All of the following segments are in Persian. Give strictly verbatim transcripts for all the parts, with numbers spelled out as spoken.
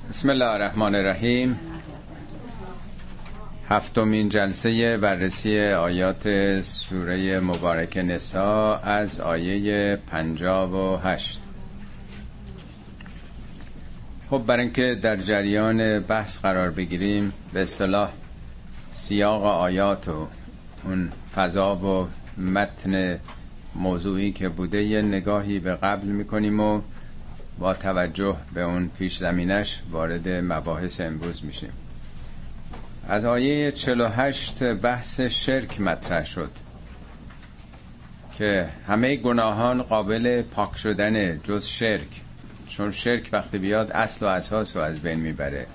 بسم الله الرحمن الرحیم. هفتمین جلسه بررسی آیات سوره مبارک نساء از آیه پنجاه و هشت. خب برای اینکه در جریان بحث قرار بگیریم، به اصطلاح سیاق آیات و اون فضا و متن موضوعی که بوده یه نگاهی به قبل میکنیم و با توجه به اون پیش زمینش وارد مباحث امروز میشیم. از آیه چهل و هشت بحث شرک مطرح شد که همه گناهان قابل پاک شدن جز شرک، چون شرک وقتی بیاد اصل و اساس رو از بین میبره.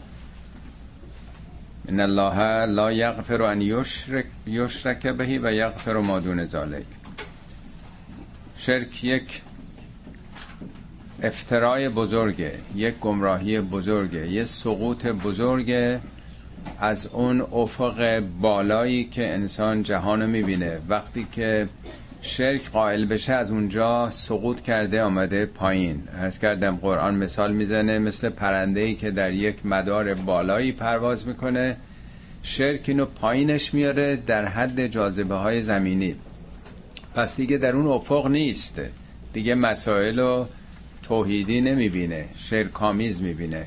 ان الله لا یغفر ان یشرک یشرک به و یغفر ما دون ذلک. شرک یک افترای بزرگه، یک گمراهی بزرگه، یک سقوط بزرگه از اون افق بالایی که انسان جهانو میبینه. وقتی که شرک قائل بشه از اونجا سقوط کرده آمده پایین. عرض کردم قرآن مثال میزنه مثل پرنده‌ای که در یک مدار بالایی پرواز میکنه، شرک اینو پایینش میاره در حد جاذبه های زمینی. پس دیگه در اون افق نیست، دیگه مسائل توحیدی نمیبینه، شرک‌آمیز میبینه.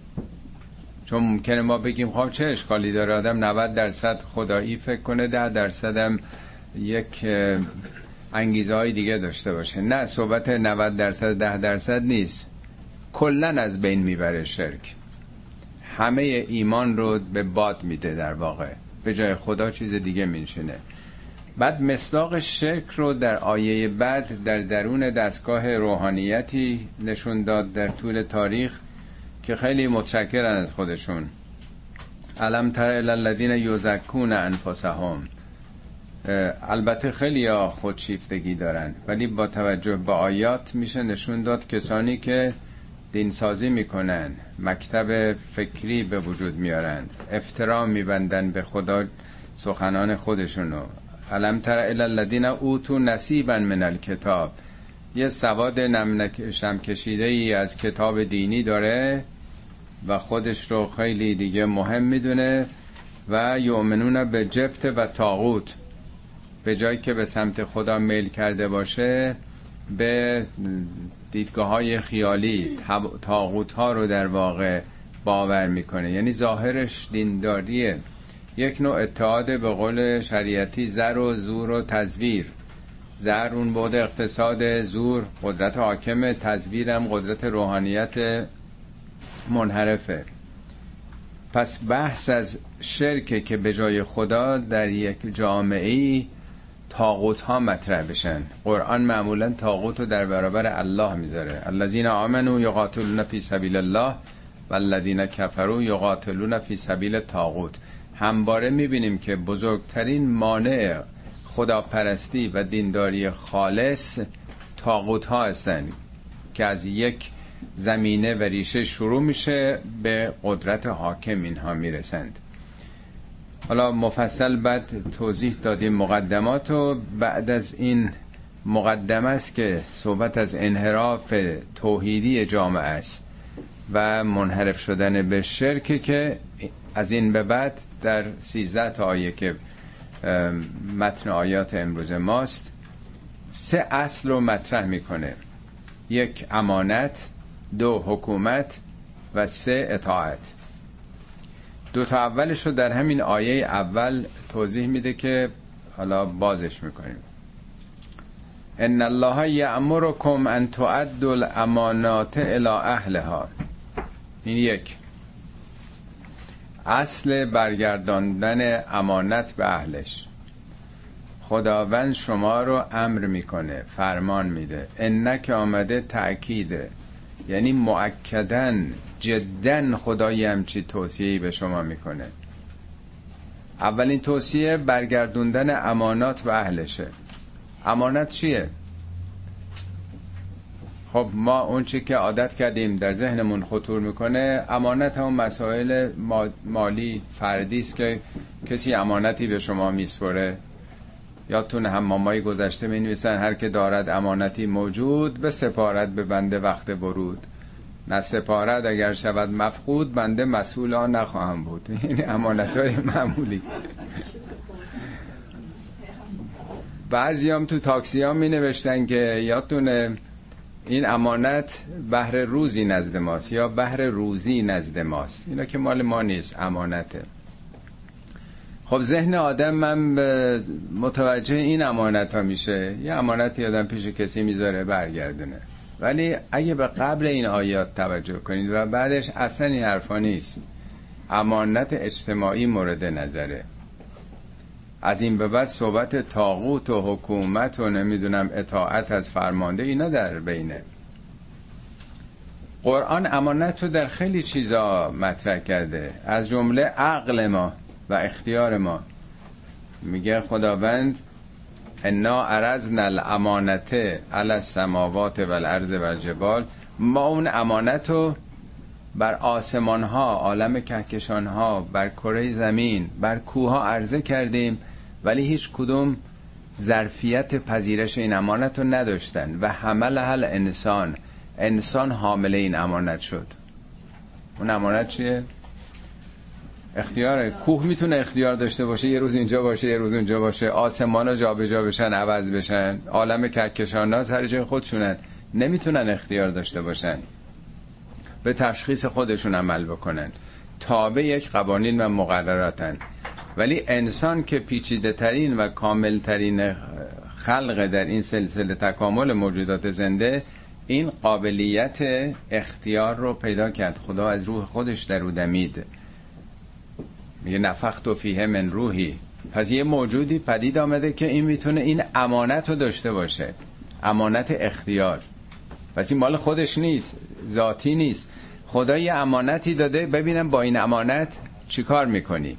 چون ممکنه ما بگیم خب چه اشکالی داره آدم نود درصد خدایی فکر کنه، ده درصد هم یک انگیزه های دیگه داشته باشه. نه، صحبت نود درصد ده درصد نیست، کلن از بین میبره شرک، همه ایمان رو به باد میده، در واقع به جای خدا چیز دیگه میشینه. بعد مصداق شرک رو در آیه بعد در درون دستگاه روحانیتی نشون داد در طول تاریخ که خیلی متشکرن از خودشون. الم تر الی الذین یزکون انفسهم. البته خیلی ها خودشیفتگی دارن، ولی با توجه به آیات میشه نشون داد کسانی که دینسازی میکنن، مکتب فکری به وجود میارن، افترام میبندن به خدا سخنان خودشونو. الم تر الی الذین اوتوا نصیبا من الکتاب. یه سواد نمشم کشیده ای از کتاب دینی داره و خودش رو خیلی دیگه مهم میدونه و یؤمنون به جبت و طاغوت. به جایی که به سمت خدا میل کرده باشه به دیدگاه های خیالی طاغوت ها رو در واقع باور میکنه. یعنی ظاهرش دینداریه، یک نوع اتحاد به قول شریعتی زر و زور و تزویر. زر اون بعد اقتصاد، زور قدرت حاکم، تزویر هم قدرت روحانیت منحرفه. پس بحث از شرک که به جای خدا در یک جامعه‌ای طاغوت ها مطرح بشن. قرآن معمولا طاغوت رو در برابر الله میذاره. الذین آمنوا یقاتلون فی سبیل الله والذین کفروا یقاتلون فی سبیل الطاغوت. همباره میبینیم که بزرگترین مانع خداپرستی و دینداری خالص طاغوت ها هستند که از یک زمینه و ریشه شروع میشه به قدرت حاکم اینها میرسند. حالا مفصل بعد توضیح دادیم مقدمات و بعد از این مقدمه است که صحبت از انحراف توحیدی جامعه است و منحرف شدن به شرک که از این به بعد در سیزده تا آیه که متن آیات امروز ماست سه اصل رو مطرح میکنه: یک امانت، دو حکومت و سه اطاعت. دو تا اولش رو در همین آیه اول توضیح میده که حالا بازش میکنیم. ان الله یأمرکم ان تؤدوا الامانات الی اهلها. این یک اصل برگرداندن امانت به اهلش. خداوند شما رو امر میکنه، فرمان میده. انک آمده تأکیده، یعنی مؤکدن جدن خدایی همچی توصیه‌ای به شما میکنه. اولین توصیه برگردوندن امانات به اهلشه. امانت چیه؟ خب ما اون چی که عادت کردیم در ذهنمون خطور میکنه، امانت همون مسائل مالی فردی است که کسی امانتی به شما میسپره. یادتون حمامای گذشته می نویسن هر که دارد امانتی موجود به سپارت به بنده وقت برود. نسپارد اگر شود مفقود بنده مسئول آن نخواهم بود. یعنی امانت‌های معمولی. بعضی هم تو تاکسی ها می نوشتن که یادتونه این امانت بهر روزی نزد ماست یا بهر روزی نزد ماست. اینا که مال ما نیست، امانته. خب ذهن آدم من متوجه این امانت ها میشه. یه امانتی آدم پیش کسی میذاره برگردونه. ولی اگه به قبل این آیات توجه کنید و بعدش اصلا این حرفا نیست. امانت اجتماعی مورد نظره. از این به بعد صحبت طاغوت و حکومت و نمیدونم اطاعت از فرمانده اینا در بینه. قرآن امانت رو در خیلی چیزا مطرح کرده، از جمله عقل ما و اختیار ما. میگه خداوند انا عرضنا الامانت علی السماوات والارض والجبال، ما اون امانت رو بر آسمان ها، عالم کهکشان ها، بر کره زمین، بر کوه ها عرضه کردیم، ولی هیچ کدوم ظرفیت پذیرش این امانت رو نداشتن. و حملها الانسان، انسان حامل این امانت شد. اون امانت چیه؟ اختیاره. کوه میتونه اختیار داشته باشه، یه روز اینجا باشه یه روز اونجا باشه، آسمان ها جا به جا بشن، عوض بشن، عالم کهکشان ها سر جای خودشونن، نمیتونن اختیار داشته باشن به تشخیص خودشون عمل بکنن، تابع یک قوانین و مقرراتن. ولی انسان که پیچیده ترین و کامل ترین خلق در این سلسله تکامل موجودات زنده، این قابلیت اختیار رو پیدا کرد. خدا از روح خودش در او دمید، میگه نفخت فیه من روحی. پس یه موجودی پدید آمده که این میتونه این امانت رو داشته باشه، امانت اختیار. پس این مال خودش نیست، ذاتی نیست. خدا یه امانتی داده، ببینم با این امانت چی کار میکنی.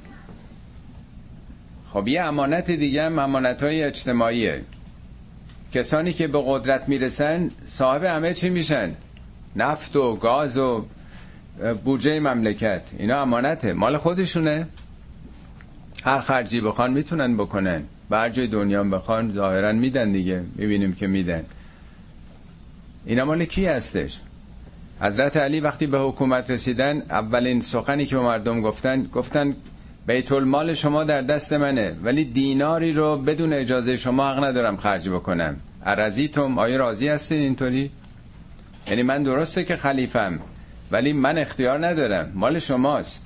خب یه امانت دیگه هم امانت‌های اجتماعیه. کسانی که به قدرت میرسن صاحب همه چی میشن، نفت و گاز و بودجه مملکت، اینا امانته، مال خودشونه. هر خرجی بخوان میتونن بکنن، به هر جای دنیا بخوان ظاهرا میدن دیگه، میبینیم که میدن. اینا مال کی هستش؟ حضرت علی وقتی به حکومت رسیدن، اولین سخنی که به مردم گفتن، گفتن بیت المال شما در دست منه، ولی دیناری رو بدون اجازه شما حق ندارم خرج بکنم. ارزیتم، آیا راضی هستین اینطوری؟ یعنی من درسته که خلیفم، ولی من اختیار ندارم، مال شماست.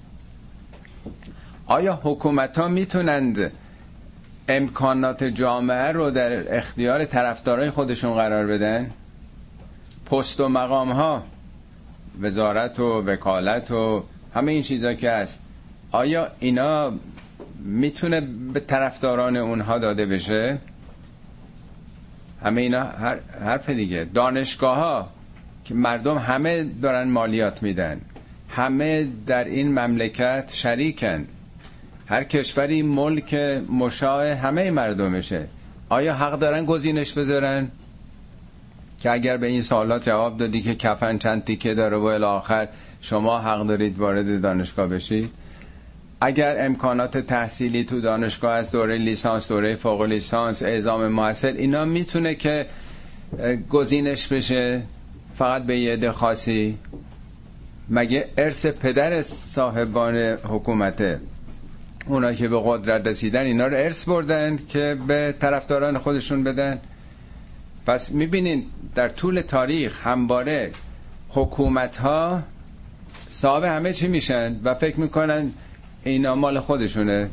آیا حکومت ها میتونند امکانات جامعه رو در اختیار طرفدارای خودشون قرار بدن؟ پست و مقام ها، وزارت و وکالت و همه این چیزا که هست، آیا اینا میتونه به طرفداران اونها داده بشه؟ همه اینا هر حرف دیگه. دانشگاه ها که مردم همه دارن مالیات میدن، همه در این مملکت شریکن، هر کشوری ملک مشاع همه مردمشه، آیا حق دارن گزینش بذارن؟ که اگر به این سوالات جواب دادی که کفن چند تیکه داره و الی آخر، شما حق دارید وارد دانشگاه بشید؟ اگر امکانات تحصیلی تو دانشگاه از دوره لیسانس، دوره فوق لیسانس، اعزام محصل، اینا میتونه که گزینش بشه فقط به یه عده خاصی؟ مگه ارث پدر صاحبان حکومته، اونا که به قدرت رسیدن اینا رو ارث بردن که به طرفداران خودشون بدن؟ پس میبینین در طول تاریخ همواره حکومت ها صاحب همه چی میشن و فکر میکنن اینا مال خودشونه،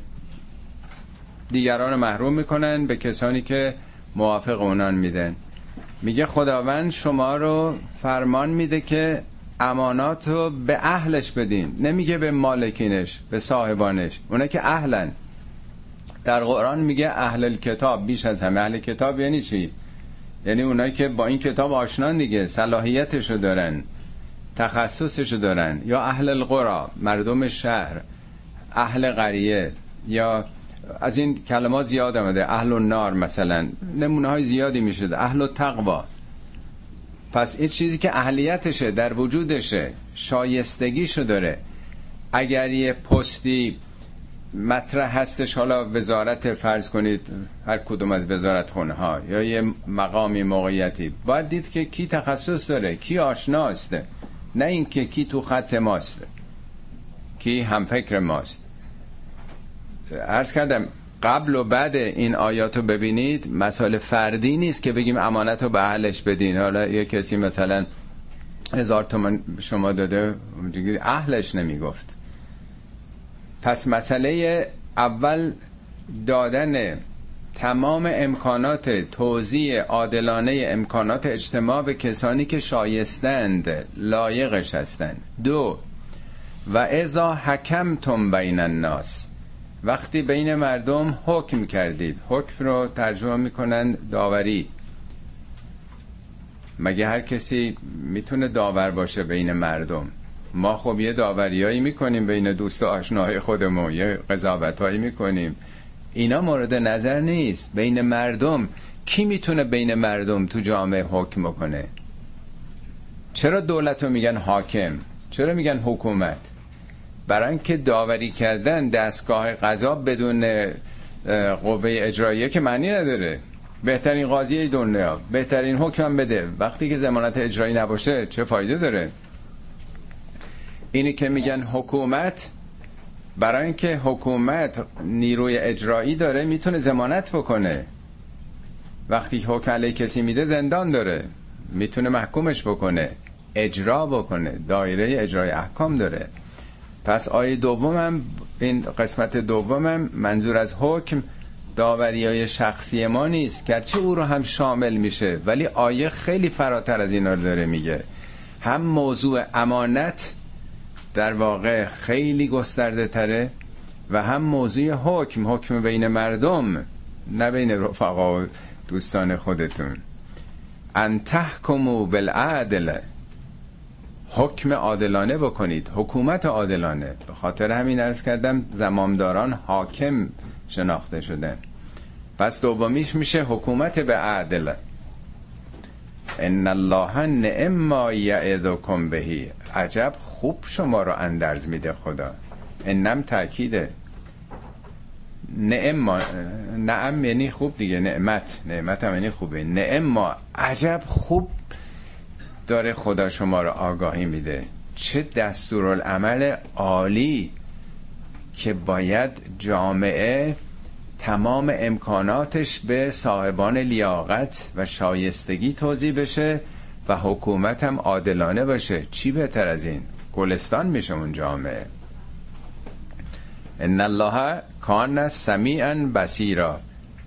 دیگران رو محروم میکنن به کسانی که موافق اونان میدن. میگه خداوند شما رو فرمان میده که امانات رو به اهلش بدین، نمیگه به مالکینش، به صاحبانش، اونا که اهلن. در قرآن میگه اهل الکتاب، بیش از همه. اهل کتاب یعنی چی؟ یعنی اونایی که با این کتاب آشنان دیگه، صلاحیتشو دارن، تخصصشو دارن. یا اهل القرى، مردم شهر، اهل قریه، یا از این کلمات زیاد آمده، اهل النار مثلا، نمونه های زیادی میشه، اهل التقوا. پس این چیزی که اهلیتشه، در وجودشه، شایستگیشو داره. اگر یه پستی مطرح هستش، حالا وزارت فرض کنید، هر کدوم از وزارت خونه ها، یا یه مقامی موقعیتی، باید دید که کی تخصص داره، کی آشناست. نه اینکه کی تو خط ماست، کی هم فکر ماست. عرض کردم قبل و بعد این آیاتو ببینید، مسائل فردی نیست که بگیم امانت رو به اهلش بدین. حالا یه کسی مثلا هزار تومان شما داده، اهلش نمیگفت. پس مسئله اول دادن تمام امکانات توزیع عادلانه امکانات اجتماع به کسانی که شایستند، لایقش هستند. دو، و اذا حکمتم بین الناس، وقتی بین مردم حکم کردید. حکم رو ترجمه میکنن داوری. مگه هر کسی میتونه داور باشه بین مردم؟ ما خب یه داوریایی میکنیم بین دوست و آشناهای خودمون، یه قضاوتایی میکنیم، اینا مورد نظر نیست. بین مردم کی میتونه بین مردم تو جامعه حکم بکنه؟ چرا دولت رو میگن حاکم؟ چرا میگن حکومت؟ برای اینکه داوری کردن دستگاه قضا بدون قوه اجراییه که معنی نداره. بهترین قاضی دنیا بهترین حکم بده، وقتی که ضمانت اجرایی نباشه چه فایده داره؟ اینی که میگن حکومت، برای اینکه حکومت نیروی اجرایی داره میتونه ضمانت بکنه. وقتی حکم علیه کسی میده زندان داره، میتونه محکومش بکنه، اجرا بکنه، دایره اجرای احکام داره. پس آیه دومم، این قسمت دومم، منظور از حکم داوریای شخصی ما نیست، گرچه او رو هم شامل میشه، ولی آیه خیلی فراتر از اینا رو داره میگه. هم موضوع امانت در واقع خیلی گسترده تره و هم موضوع حکم، حکم بین مردم، نه بین رفقا و دوستان خودتون. ان تحکموا بالعدل، حکم عادلانه بکنید، حکومت عادلانه. به خاطر همین عرض کردم زمامداران حاکم شناخته شدن. پس دومیش میشه حکومت به عدل. ان الله نعم ما یعظکم بهی، عجب خوب شما رو اندرز میده خدا. انم تأکیده، نعم ما، نعم یعنی خوب دیگه، نعمت، نعمت هم یعنی خوبه. نعم ما، عجب خوب داره خدا شما رو آگاهی میده. چه دستورالعمل عالی که باید جامعه تمام امکاناتش به صاحبان لیاقت و شایستگی توزیع بشه و حکومت هم عادلانه باشه. چی بهتر از این؟ گلستان میشه اون جامعه. ان الله کان سمیعا بصیرا،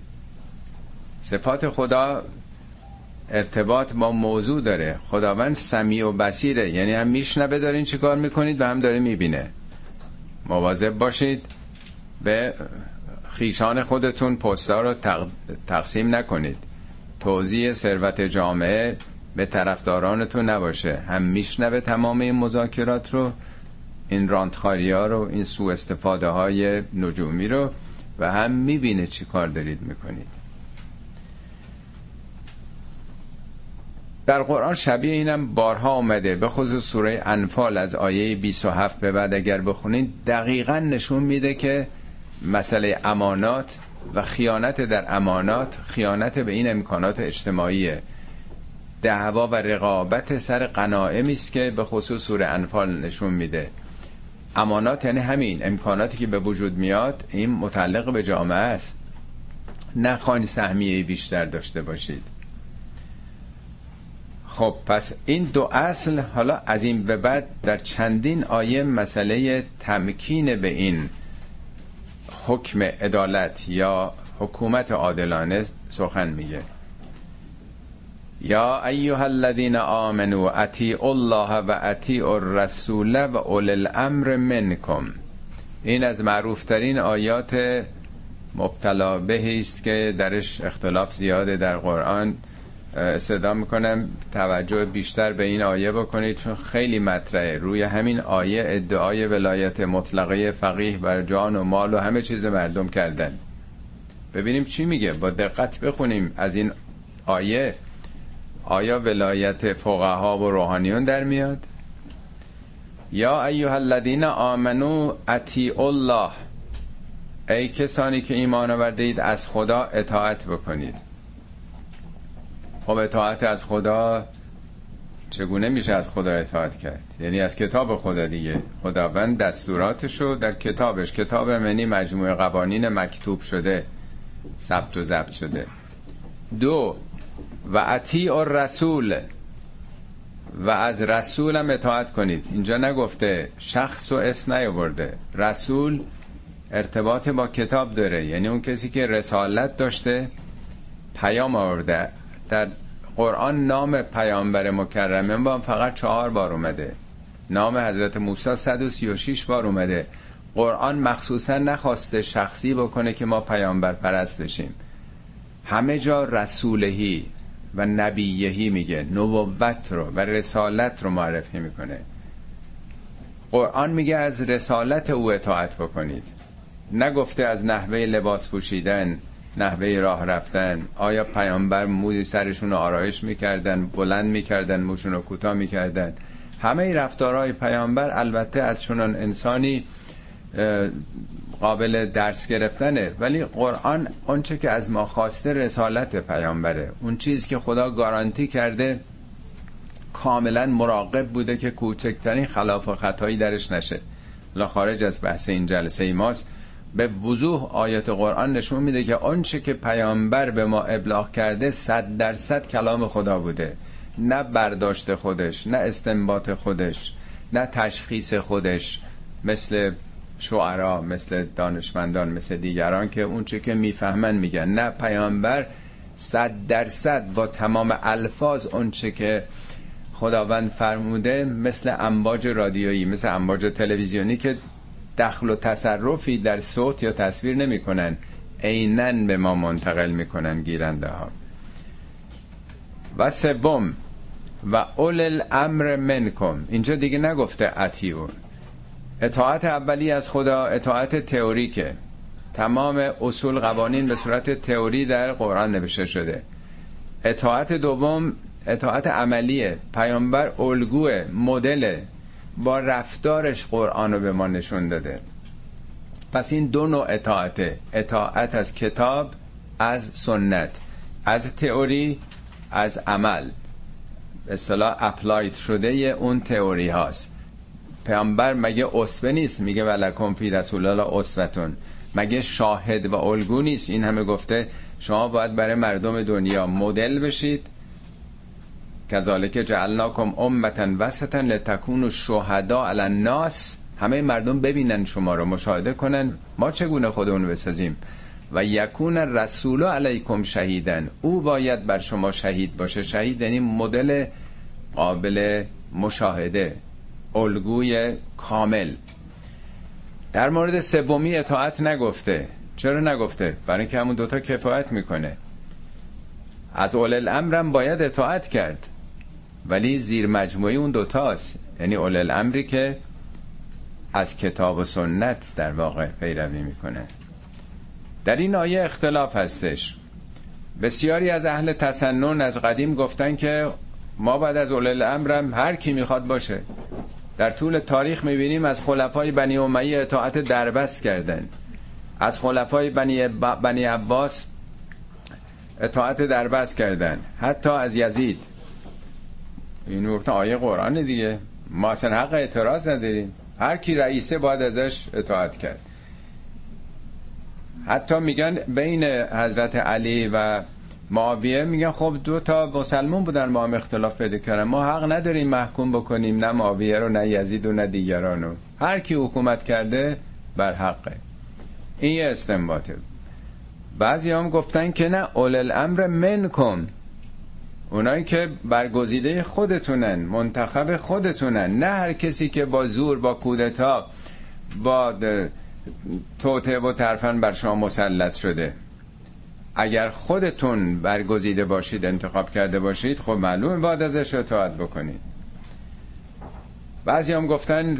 صفات خدا ارتباط با موضوع داره. خداوند سمیع و بصیره، یعنی هم میشنوه دارین چی کار میکنید و هم داره میبینه. مواظب باشید به خیشان خودتون پستا رو تقسیم نکنید. توزیع ثروت جامعه به طرفدارانتون نباشه. هم میشنوه تمام این مذاکرات رو، این رانتخاری ها رو، این سوء استفاده های نجومی رو، و هم میبینه چی کار دارید میکنید. در قرآن شبیه اینم بارها اومده، به خصوص سوره انفال از آیه بیست و هفت به بعد اگر بخونید دقیقاً نشون میده که مسئله امانات و خیانت در امانات، خیانت به این امکانات اجتماعیه. دعوا و رقابت سر غنایمی است که به خصوص سوره انفال نشون میده. امانات یعنی همین امکاناتی که به وجود میاد، این متعلق به جامعه است. نخواهید سهمیه بیشتر داشته باشید. خب پس این دو اصل، حالا از این به بعد در چندین آیه مسئله تمکین به این حکم عدالت یا حکومت عادلانه سخن میگه. یا ایها الذین آمنوا اطیعوا الله و اطیعوا الرسول و اولی الامر منکم. این از معروف ترین آیات مبتلا بهی است که درش اختلاف زیاده در قرآن. استدعا میکنم توجه بیشتر به این آیه بکنید، چون خیلی مطرحه. روی همین آیه ادعای ولایت مطلقه فقیه بر جان و مال و همه چیز مردم کردن. ببینیم چی میگه، با دقت بخونیم از این آیه. آیا ولایت فقها و روحانیون در میاد؟ یا ایها الذین آمنو اطیعوا الله، ای کسانی که ایمان آورده اید از خدا اطاعت بکنید. خب اطاعت از خدا چگونه میشه از خدا اطاعت کرد؟ یعنی از کتاب خدا دیگه. خداوند دستوراتشو در کتابش، کتاب منی مجموعه قوانین مکتوب شده، ثبت و ضبط شده. دو، و اطیع الرسول، و از رسولم اطاعت کنید. اینجا نگفته، شخص و اسم نیاورده. رسول ارتباط با کتاب داره، یعنی اون کسی که رسالت داشته، پیام آورده. در قرآن نام پیامبر مکرمه با فقط چهار بار اومده. نام حضرت موسی صد و سی و شش بار اومده. قرآن مخصوصا نخواسته شخصی بکنه که ما پیامبر پرست بشیم. همه جا رسولهی و نبیهی میگه، نبوت رو و رسالت رو معرفی میکنه. قرآن میگه از رسالت او اطاعت بکنید، نگفته از نحوه لباس پوشیدن، نحوه راه رفتن. آیا پیامبر موی سرشون رو آرایش میکردن، بلند میکردن، موشون رو کوتاه میکردن؟ همه رفتارهای پیامبر البته از چنان انسانی قابل درس گرفتنه، ولی قرآن اونچه که از ما خواسته رسالت پیامبره. اون چیز که خدا گارانتی کرده، کاملا مراقب بوده که کوچکترین خلاف و خطایی درش نشه. لا خارج از بحث این جلسه ای ماست. به وضوح آیات قرآن نشون میده که آنچه که پیامبر به ما ابلاغ کرده صد درصد کلام خدا بوده، نه برداشت خودش، نه استنباط خودش، نه تشخیص خودش، مثل شعرا، مثل دانشمندان، مثل دیگران که اونچه که میفهمن میگن. نه، پیامبر صد درصد با تمام الفاظ اونچه که خداوند فرموده، مثل امواج رادیویی، مثل امواج تلویزیونی که دخل و تصرفی در صوت یا تصویر نمی کنن، عیناً به ما منتقل میکنن گیرنده ها. و سوم، و اول الامر منکم. اینجا دیگه نگفته اطیعوا. اطاعت اولی از خدا اطاعت تئوریکه. تمام اصول قوانین به صورت تئوری در قرآن نوشته شده. اطاعت دوم اطاعت عملیه. پیامبر الگوه، مدل، با رفتارش قرآن رو به ما نشون داده. پس این دو نوع اطاعته، اطاعت از کتاب، از سنت، از تئوری، از عمل. به اصطلاح اپلاید شده اون تئوری هاست. پیامبر مگه اسوه نیست؟ میگه ولکم فی رسول الله اسوتون. مگه شاهد و الگو نیست؟ این همه گفته شما باید برای مردم دنیا مدل بشید. کذالک جعلناکم امة وسطا لتکونوا شهداء علی الناس. همه مردم ببینن شما رو، مشاهده کنن ما چگونه خودمون بسازیم. و یکون الرسول علیکم شهیدا. او باید بر شما شهید باشه. شهید یعنی مدل قابل مشاهده، الگوی کامل. در مورد سومی اطاعت نگفته. چرا نگفته؟ برای اینکه همون دوتا کفایت میکنه. از اول الامرم باید اطاعت کرد، ولی زیر مجموعه اون دوتاست. یعنی اول الامری که از کتاب و سنت در واقع پیروی میکنه. در این آیه اختلاف هستش. بسیاری از اهل تسنن از قدیم گفتن که ما بعد از اول الامرم هر کی میخواد باشه. در طول تاریخ میبینیم از خلفای بنی امیه اطاعت دربست کردن، از خلفای بنی, ب... بنی عباس اطاعت دربست کردن، حتی از یزید. این گفتن آیه قرآن دیگه، ما اصلا حق اعتراض نداریم، هر کی رئیسه باید ازش اطاعت کرد. حتی میگن بین حضرت علی و معاویه میگن خب دو تا مسلمان بودن ما هم اختلاف پیدا کردن، ما حق نداریم محکوم بکنیم نه معاویه رو نه یزید و نه دیگرانو، هر کی حکومت کرده بر حقه. این یه استنباطه. بعضی هم گفتن که نه، اول الامر منکم، اونایی که برگزیده خودتونن، منتخب خودتونن، نه هر کسی که با زور، با کودتا، با توطئه و ترفند بر شما مسلط شده. اگر خودتون برگزیده باشید، انتخاب کرده باشید، خب معلومه باید ازش اطاعت بکنید. بعضی هم گفتن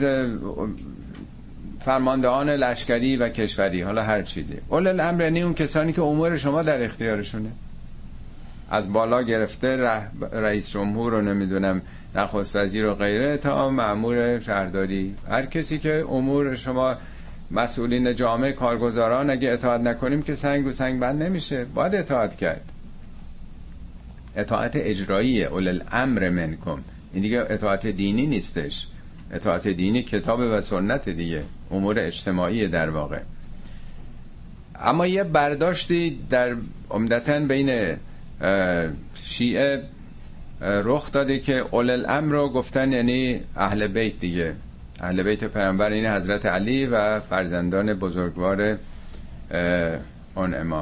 فرماندهان لشکری و کشوری، حالا هر چیزی. اول الامر یعنی اون کسانی که امور شما در اختیارشونه، از بالا گرفته رئیس جمهور رو نمیدونم نخست وزیر و غیره تا مأمور شهرداری، هر کسی که امور شما، مسئولین جامعه، کارگزاران، اگه اطاعت نکنیم که سنگ رو سنگ بند نمیشه، باید اطاعت کرد. اطاعت اجرایی اول الامر منکم، این دیگه اطاعت دینی نیستش. اطاعت دینی کتاب و سنت دیگه، امور اجتماعی در واقع. اما یه برداشتی در عمدتاً بین شیعه رخ داده که اول الامر رو گفتن یعنی اهل بیت دیگه، اهل بیت پیامبر، این حضرت علی و فرزندان بزرگوار اون امام،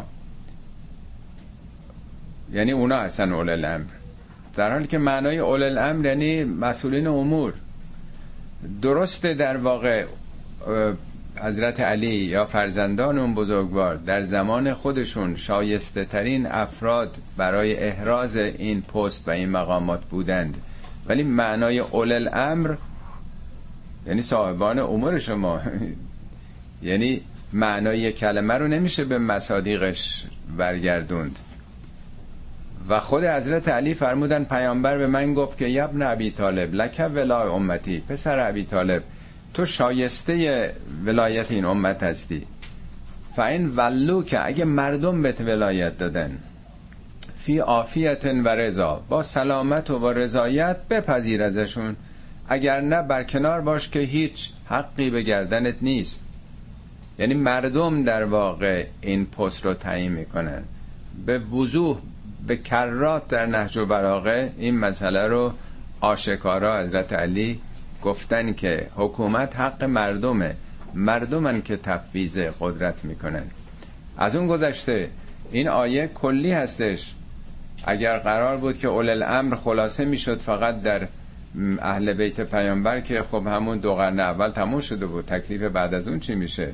یعنی اونا هستن اول الامر، در حالی که معنای اول الامر یعنی مسئولین امور. درسته در واقع حضرت علی یا فرزندان اون بزرگوار در زمان خودشون شایسته ترین افراد برای احراز این پست و این مقامات بودند، ولی معنای اول الامر یعنی صاحبان امور شما یعنی معنای کلمه رو نمیشه به مصادیقش برگردوند. و خود حضرت علی فرمودن پیامبر به من گفت که ابن ابی طالب لک ولای امتی، پسر ابی طالب تو شایسته ولایت این امت هستی. فاین ولو که اگه مردم بهت ولایت دادن فی عافیت و رضا، با سلامت و رضایت بپذیر ازشون، اگر نه برکنار باش که هیچ حقی به گردنت نیست. یعنی مردم در واقع این پست رو تعیین میکنن. به وضوح به کرات در نهج البلاغه این مسئله رو آشکارا حضرت علی گفتن که حکومت حق مردمه، مردمن که تفویض قدرت میکنن. از اون گذشته این آیه کلی هستش. اگر قرار بود که اول الامر خلاصه میشد فقط در اهل بیت پیامبر که خب همون دو قرن اول تموم شده بود، تکلیف بعد از اون چی میشه؟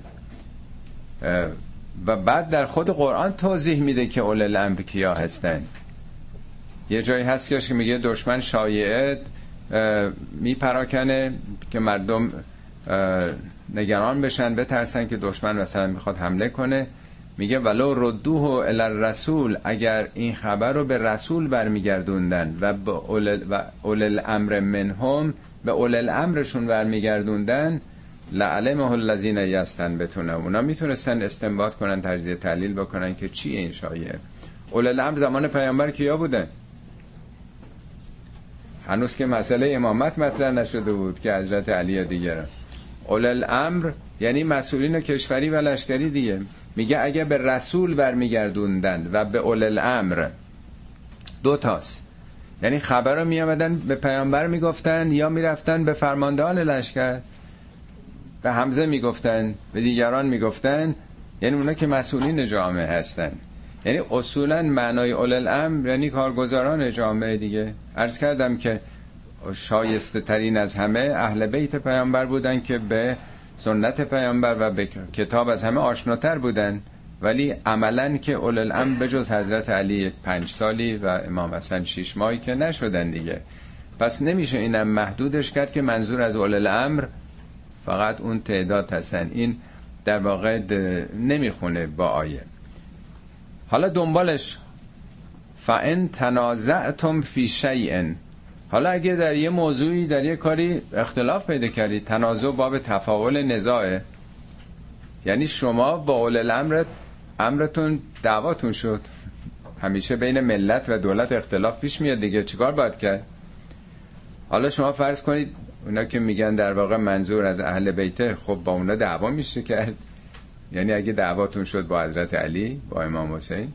و بعد در خود قرآن توضیح میده که اول الامر کیا هستن. یه جایی هست که میگه دشمن شایعه میپراکنه که مردم نگران بشن، بترسن که دشمن مثلا میخواد حمله کنه. میگه ولو ردوه الی الرسول، اگر این خبر رو به رسول برمیگردوندن و به اول الامر منهم، به اول الامرشون برمیگردوندن، لعلمه الذین یستنبطونه، اونا میتونستن استنباط کنن، تجزیه تحلیل بکنن که چیه این شایعه. اول الامر زمان پیامبر کیا بودن؟ هنوز که مسئله امامت مطرح نشده بود که حضرت علی دیگران. اول الامر یعنی مسئولین کشوری و لشکری دیگه. میگه اگه به رسول برمیگردوندن و به اول الامر، دو تاست، یعنی خبر رو میامدن به پیامبر میگفتن یا میرفتن به فرماندهان لشکر، به حمزه میگفتن، به دیگران میگفتن، یعنی اونا که مسئولین جامعه هستن. یعنی اصولا معنای اول الامر یعنی کارگزاران جامعه دیگه. عرض کردم که شایسته ترین از همه اهل بیت پیامبر بودن که به سنت پیامبر و به کتاب از همه آشناتر بودن، ولی عملا که اول الامر بجز حضرت علی پنج سالی و امام حسن شش ماهی که نشدن دیگه. پس نمیشه اینم محدودش کرد که منظور از اول الامر فقط اون تعداد هستن. این در واقع نمیخونه با آیه. حالا دنبالش فَإِن تَنَازَعْتُمْ فِي شَيْءٍ، حالا اگه در یه موضوعی در یه کاری اختلاف پیدا کردید، تنازع باب تفاول نزاعه، یعنی شما با اول الامر امرتون دعواتون شد، همیشه بین ملت و دولت اختلاف پیش میاد دیگه، چیکار باید کرد؟ حالا شما فرض کنید اونا که میگن در واقع منظور از اهل بیته، خب با اونا دعوا میشه کرد، یعنی اگه دعواتون شد با حضرت علی، با امام حسین،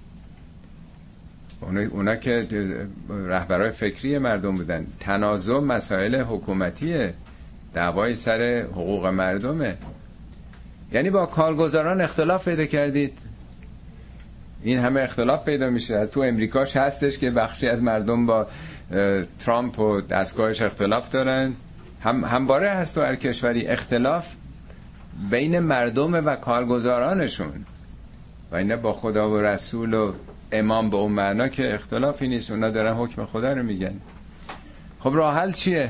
اونا, اونا که رهبرای فکری مردم بودن، تنازع مسائل حکومتیه، دعوای سر حقوق مردمه. یعنی با کارگزاران اختلاف پیدا کردید، این همه اختلاف پیدا میشه. از تو امریکاش هستش که بخشی از مردم با ترامپ و دستگاهش اختلاف دارن، هم همباره هست تو هر کشوری اختلاف بین مردم و کارگزارانشون، و اینا با خدا و رسول و امام به اون معنا که اختلافی نیست، اونا دارن حکم خدا رو میگن. خب راه حل چیه؟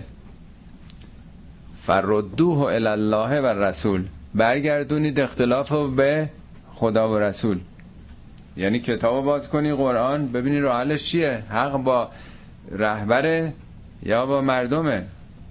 فردوه الی الله و رسول، برگردونید اختلاف رو به خدا و رسول. یعنی کتاب باز کنی قرآن، ببینی راه حلش چیه، حق با رهبره یا با مردمه.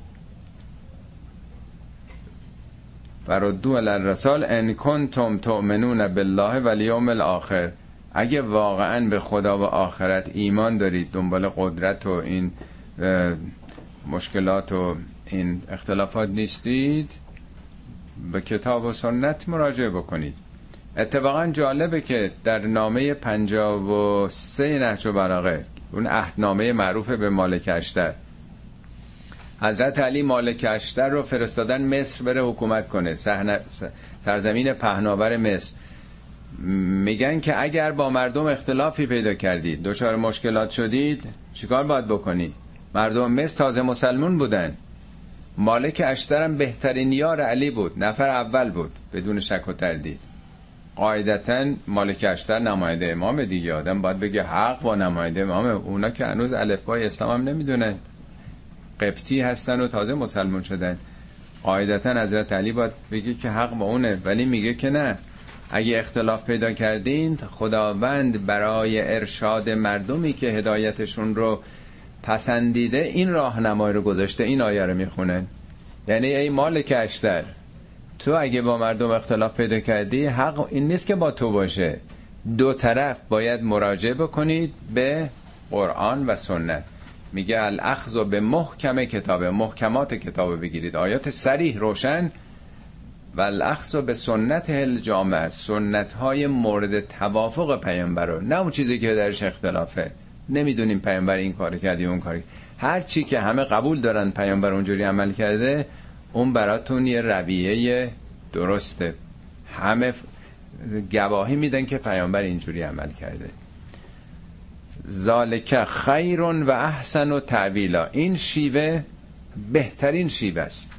فردوه الی الرسول ان کنتم تؤمنون بالله والیوم الاخر، اگه واقعا به خدا و آخرت ایمان دارید، دنبال قدرت و این مشکلات و این اختلافات نیستید، به کتاب و سنت مراجعه بکنید. اتفاقا جالبه که در نامه پنجاه و سه نهج البلاغه، اون عهدنامه معروف به مالک اشتر، حضرت علی مالک اشتر رو فرستادن مصر بره حکومت کنه، سرزمین پهناور مصر. میگن که اگر با مردم اختلافی پیدا کردید، دچار مشکلات شدید، چیکار باید بکنید؟ مردم مصر تازه مسلمون بودن. مالک اشتر هم بهترین یار علی بود، نفر اول بود بدون شک و تردید. قاعدتاً مالک اشتر نماینده امام دیگه، آدم باید بگه حق با نماینده امامه. اونا که هنوز الفبای اسلام هم نمیدونن، قبطی هستن و تازه مسلمون شدن. قاعدتاً حضرت علی باید بگه که حق با اونه، ولی میگه که نه، اگه اختلاف پیدا کردین، خداوند برای ارشاد مردمی که هدایتشون رو پسندیده این راهنمایی رو گذاشته. این آیه رو میخونن، یعنی ای مالک اشتر، تو اگه با مردم اختلاف پیدا کردی، حق این نیست که با تو باشه، دو طرف باید مراجعه بکنید به قرآن و سنت. میگه الاخذ به محکم کتاب، محکمات کتاب بگیرید، آیات صریح روشن، و الاخذ به سنت الجامعه، سنت های مورد توافق پیامبر رو، نه اون چیزی که درش اختلافه. نمیدونیم پیامبر این کار کردی اون کاری، هر چی که همه قبول دارن پیامبر اونجوری عمل کرده، اون براتون یه رویه درسته، همه گواهی میدن که پیامبر اینجوری عمل کرده. ذالک خیر و احسن و تعویلا، این شیوه بهترین شیوه است.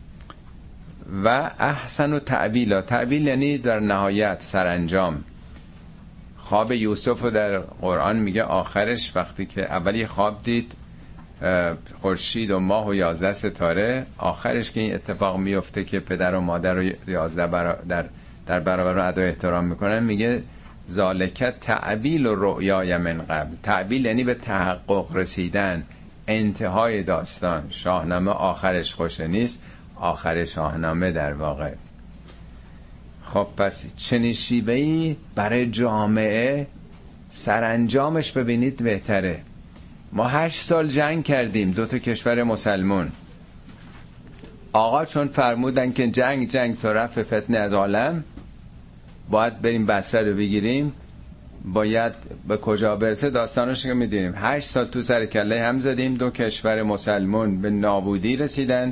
و احسن و تعویلا، تعویل یعنی در نهایت سرانجام. خواب یوسف رو در قرآن میگه آخرش وقتی که اولی خواب دید خورشید و ماه و یازده ستاره، آخرش که این اتفاق میفته که پدر و مادر رو یازده برا در در برابر رو ادا احترام میکنن، میگه ذالک تعبیل و رؤیای من قبل. تعبیل یعنی به تحقق رسیدن، انتهای داستان. شاهنامه آخرش خوشه نیست، آخر شاهنامه در واقع. خب پس چنین شیوهی برای جامعه سرانجامش ببینید بهتره. ما هشت سال جنگ کردیم، دو تا کشور مسلمون. آقا چون فرمودن که جنگ جنگ تا رفع فتنه از عالم، باید بریم بصره رو بگیریم، باید به کجا برسه داستانش که میدونیم. هشت سال تو سر کله هم زدیم، دو کشور مسلمون به نابودی رسیدن.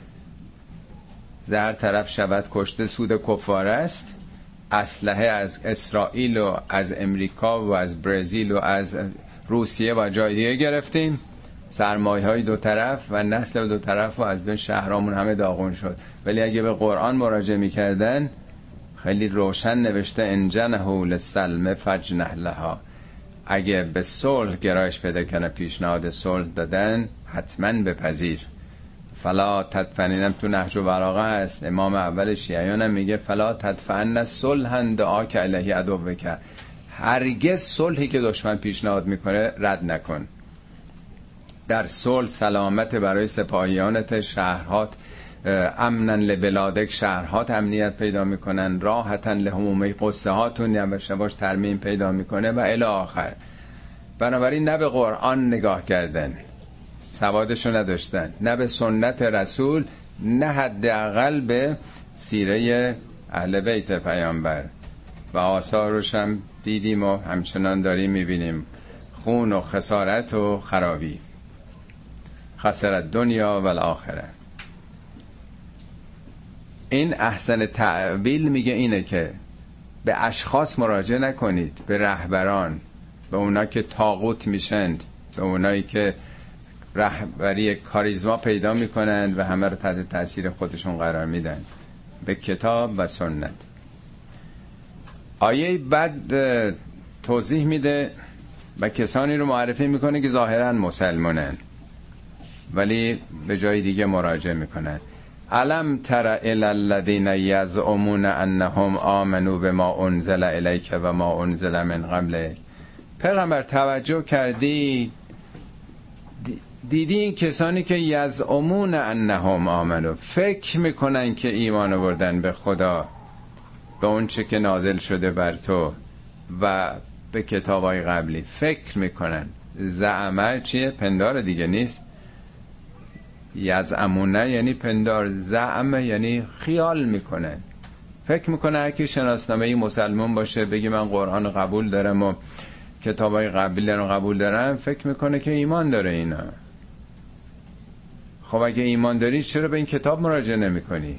زهر طرف شود کشته سود کفار است. اسلحه از اسرائیل و از امریکا و از برزیل و از روسیه و جای دیگه گرفتیم، سرمایه های دو طرف و نسل دو طرف و از بین شهرامون همه داغون شد. ولی اگه به قرآن مراجعه میکردن خیلی روشن نوشته انجنه للسلم فجنح لها، اگه به صلح گرایش پیدا کنه، پیشنهاد صلح دادن، حتما بپذیر. فلا تدفنینم تو نهج البلاغه هست، امام اول شیعیان هم میگه فلا تدفن صلحا دعاک الیه عدوک، هرگز صلحی که دشمن پیشنهاد میکنه رد نکن. در صلح سلامت برای سپاهیانت، شهرهات امنن لبلادک، شهرهات امنیت پیدا میکنن، راحتن لهمومی قصه هاتون یواش یواش ترمیم پیدا میکنه و الی آخر. بنابراین نه به قرآن نگاه کردن، سوادشو نداشتن، نه به سنت رسول، نه حداقل به سیره اهل بیت پیامبر و آثارش هم دیدیم و همچنان داریم میبینیم. خون و خسارت و خرابی، خسارت دنیا و الاخره. این احسن تعبیل میگه اینه که به اشخاص مراجعه نکنید، به رهبران، به اونا که طاغوت میشند، به اونایی که رهبری کاریزما پیدا میکنند و همه رو تحت تاثیر خودشون قرار میدن. به کتاب و سنت. آیه بعد توضیح میده و کسانی رو معرفی میکنه که ظاهرا مسلمانن ولی به جای دیگه مراجعه میکنن. الم تر الی الذین یزعمون انهم آمنوا بما انزل الیک و ما انزل من قبلک. پیغمبر توجه کردی دیدی این کسانی که یزعمون انهم آمنوا، فکر میکنن که ایمان آوردن به خدا، به اون چه که نازل شده بر تو و به کتابای قبلی، فکر میکنن. زعمه چیه؟ پندار دیگه نیست. یزعمونه یعنی پندار، زعم یعنی خیال میکنه، فکر میکنه هر کی شناسنامه مسلمان باشه بگی من قرآن قبول دارم و کتابای قبلی رو قبول دارم، فکر میکنه که ایمان داره اینا. خب اگه ایمان داری چرا به این کتاب مراجعه نمیکنی؟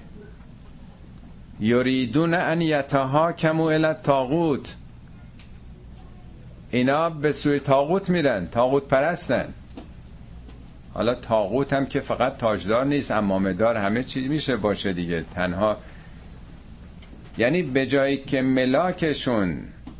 یریدون ان یتهاکموا الی الطاغوت، اینا به سوی طاغوت میرن، طاغوت پرستن. حالا طاغوت هم که فقط تاجدار نیست، عمامه دار، همه چیز میشه باشه دیگه. تنها یعنی به جایی که ملاکشون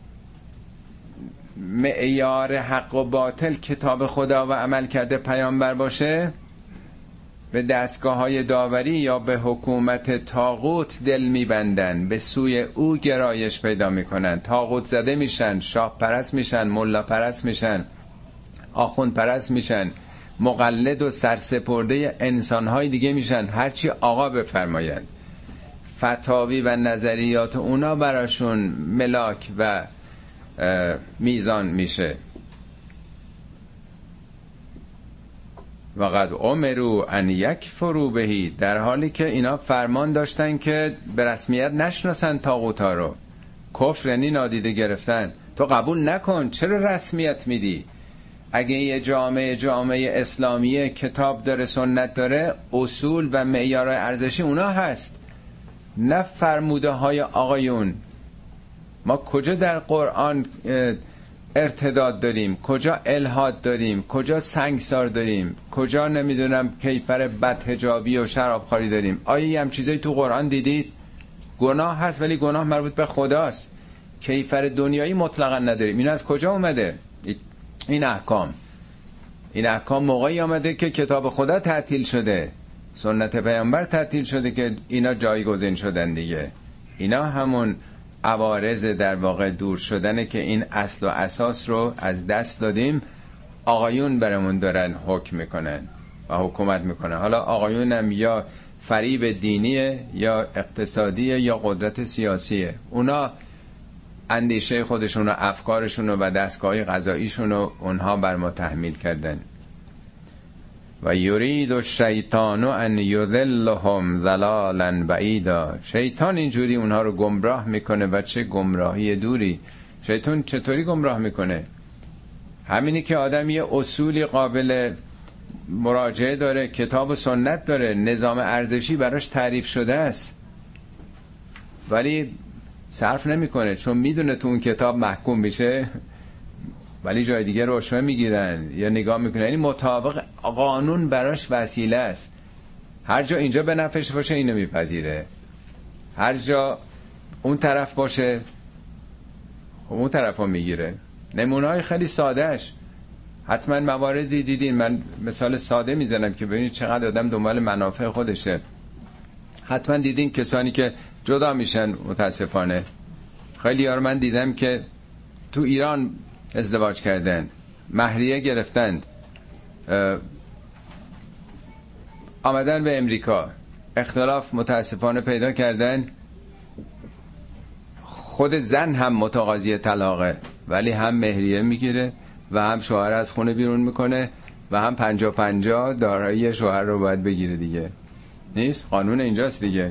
معیار حق و باطل کتاب خدا و عمل کرده پیامبر باشه، به دستگاه های داوری یا به حکومت طاغوت دل میبندن، به سوی او گرایش پیدا میکنن، طاغوت زده میشن، شاه پرست میشن، ملا پرست میشن، آخوند پرست میشن، مقلد و سرسپرده انسانهای دیگه میشن، هرچی آقا بفرماید. فتاوی و نظریات اونا براشون ملاک و میزان میشه. وقد امروا ان یکفروا بهی، در حالی که اینا فرمان داشتن که به رسمیت نشناسن طاغوتا رو. کفر یعنی نادیده گرفتن. تو قبول نکن، چرا رسمیت میدی؟ اگه یه جامعه جامعه اسلامیه کتاب داره، سنت داره، اصول و معیارهای ارزشی اونا هست، نه فرموده های آقایون. ما کجا در قرآن ارتداد داریم؟ کجا الحاد داریم؟ کجا سنگسار داریم؟ کجا نمیدونم کیفر بدحجابی و شرابخواری داریم؟ آیا هم چیزایی تو قرآن دیدید؟ گناه هست ولی گناه مربوط به خداست. کیفر دنیایی مطلقا نداریم. این از کجا اومده؟ این احکام این احکام موقعی آمده که کتاب خدا تعطیل شده، سنت پیامبر تعطیل شده که اینا جایگزین شدن دیگه. اینا همون عوارض در واقع دور شدنه که این اصل و اساس رو از دست دادیم. آقایون برامون دارن حکم میکنن و حکومت میکنن. حالا آقایون هم یا فریب دینیه یا اقتصادیه یا قدرت سیاسیه. اونا اندیشه خودشون و افکارشون و دستگاه قضاییشون رو اونها بر ما تحمیل کردن. و یرید الشیطان ان یضلهم ضلالا بعیدا، شیطان اینجوری اونها رو گمراه میکنه و چه گمراهی دوری. شیطان چطوری گمراه میکنه؟ همینی که آدم یه اصولی قابل مراجعه داره، کتاب و سنت داره، نظام ارزشی براش تعریف شده است، ولی صرف نمیکنه چون میدونه تو اون کتاب محکوم میشه، ولی جای دیگه رشوه میگیرن یا نگاه میکنن. یعنی مطابق قانون براش وسیله است. هر جا اینجا به نفعش باشه اینو میپذیره، هر جا اون طرف باشه خب اون طرف رو میگیره. نمونه های خیلی سادهش حتما مواردی دیدین. من مثال ساده میزنم که ببینید چقدر آدم دنبال منافع خودشه. حتما دیدین کسانی که جدا میشن، متاسفانه خیلی ها رو من دیدم که تو ایران ازدواج کردن، مهریه گرفتند، آمدن به امریکا، اختلاف متاسفانه پیدا کردن، خود زن هم متقاضی طلاقه ولی هم مهریه میگیره و هم شوهر از خونه بیرون میکنه و هم پنجا پنجا دارایی شوهر رو باید بگیره. دیگه نیست، قانون اینجاست دیگه.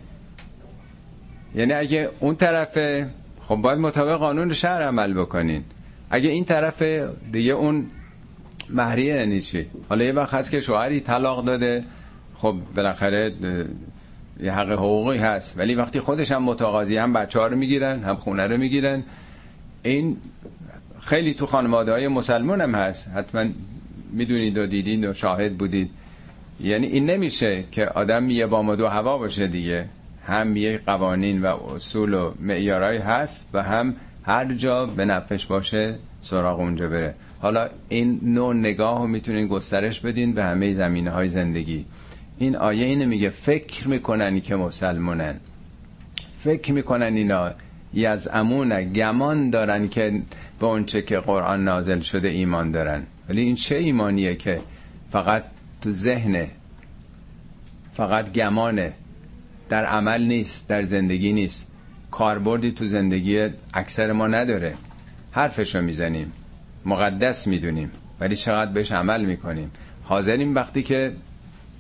یعنی اگه اون طرفه خب باید مطابق قانون شهر عمل بکنین، اگه این طرفه دیگه اون مهریه یعنی چی؟ حالا یه وقت هست که شوهری طلاق داده، خب بالاخره یه حق حقوقی هست، ولی وقتی خودش هم متقاضی، هم بچه ها رو میگیرن هم خونه رو میگیرن. این خیلی تو خانواده های مسلمان هم هست، حتما میدونید و دیدید و شاهد بودید. یعنی این نمیشه که آدم یه بام و دو هوا باشه دیگه، هم یه قوانین و اصول و معیارای هست و هم هر جا به نفعش باشه سراغ اونجا بره. حالا این نوع نگاه رو میتونین گسترش بدین به همه زمینه های زندگی. این آیه اینه میگه فکر میکنن که مسلمانن، فکر میکنن اینا یزعمون، گمان دارن که به اونچه که قرآن نازل شده ایمان دارن، ولی این چه ایمانیه که فقط تو ذهنه، فقط گمانه، در عمل نیست، در زندگی نیست، کاربردی تو زندگی اکثر ما نداره. حرفشو میزنیم، مقدس میدونیم، ولی چقدر بهش عمل میکنیم؟ حاضریم وقتی که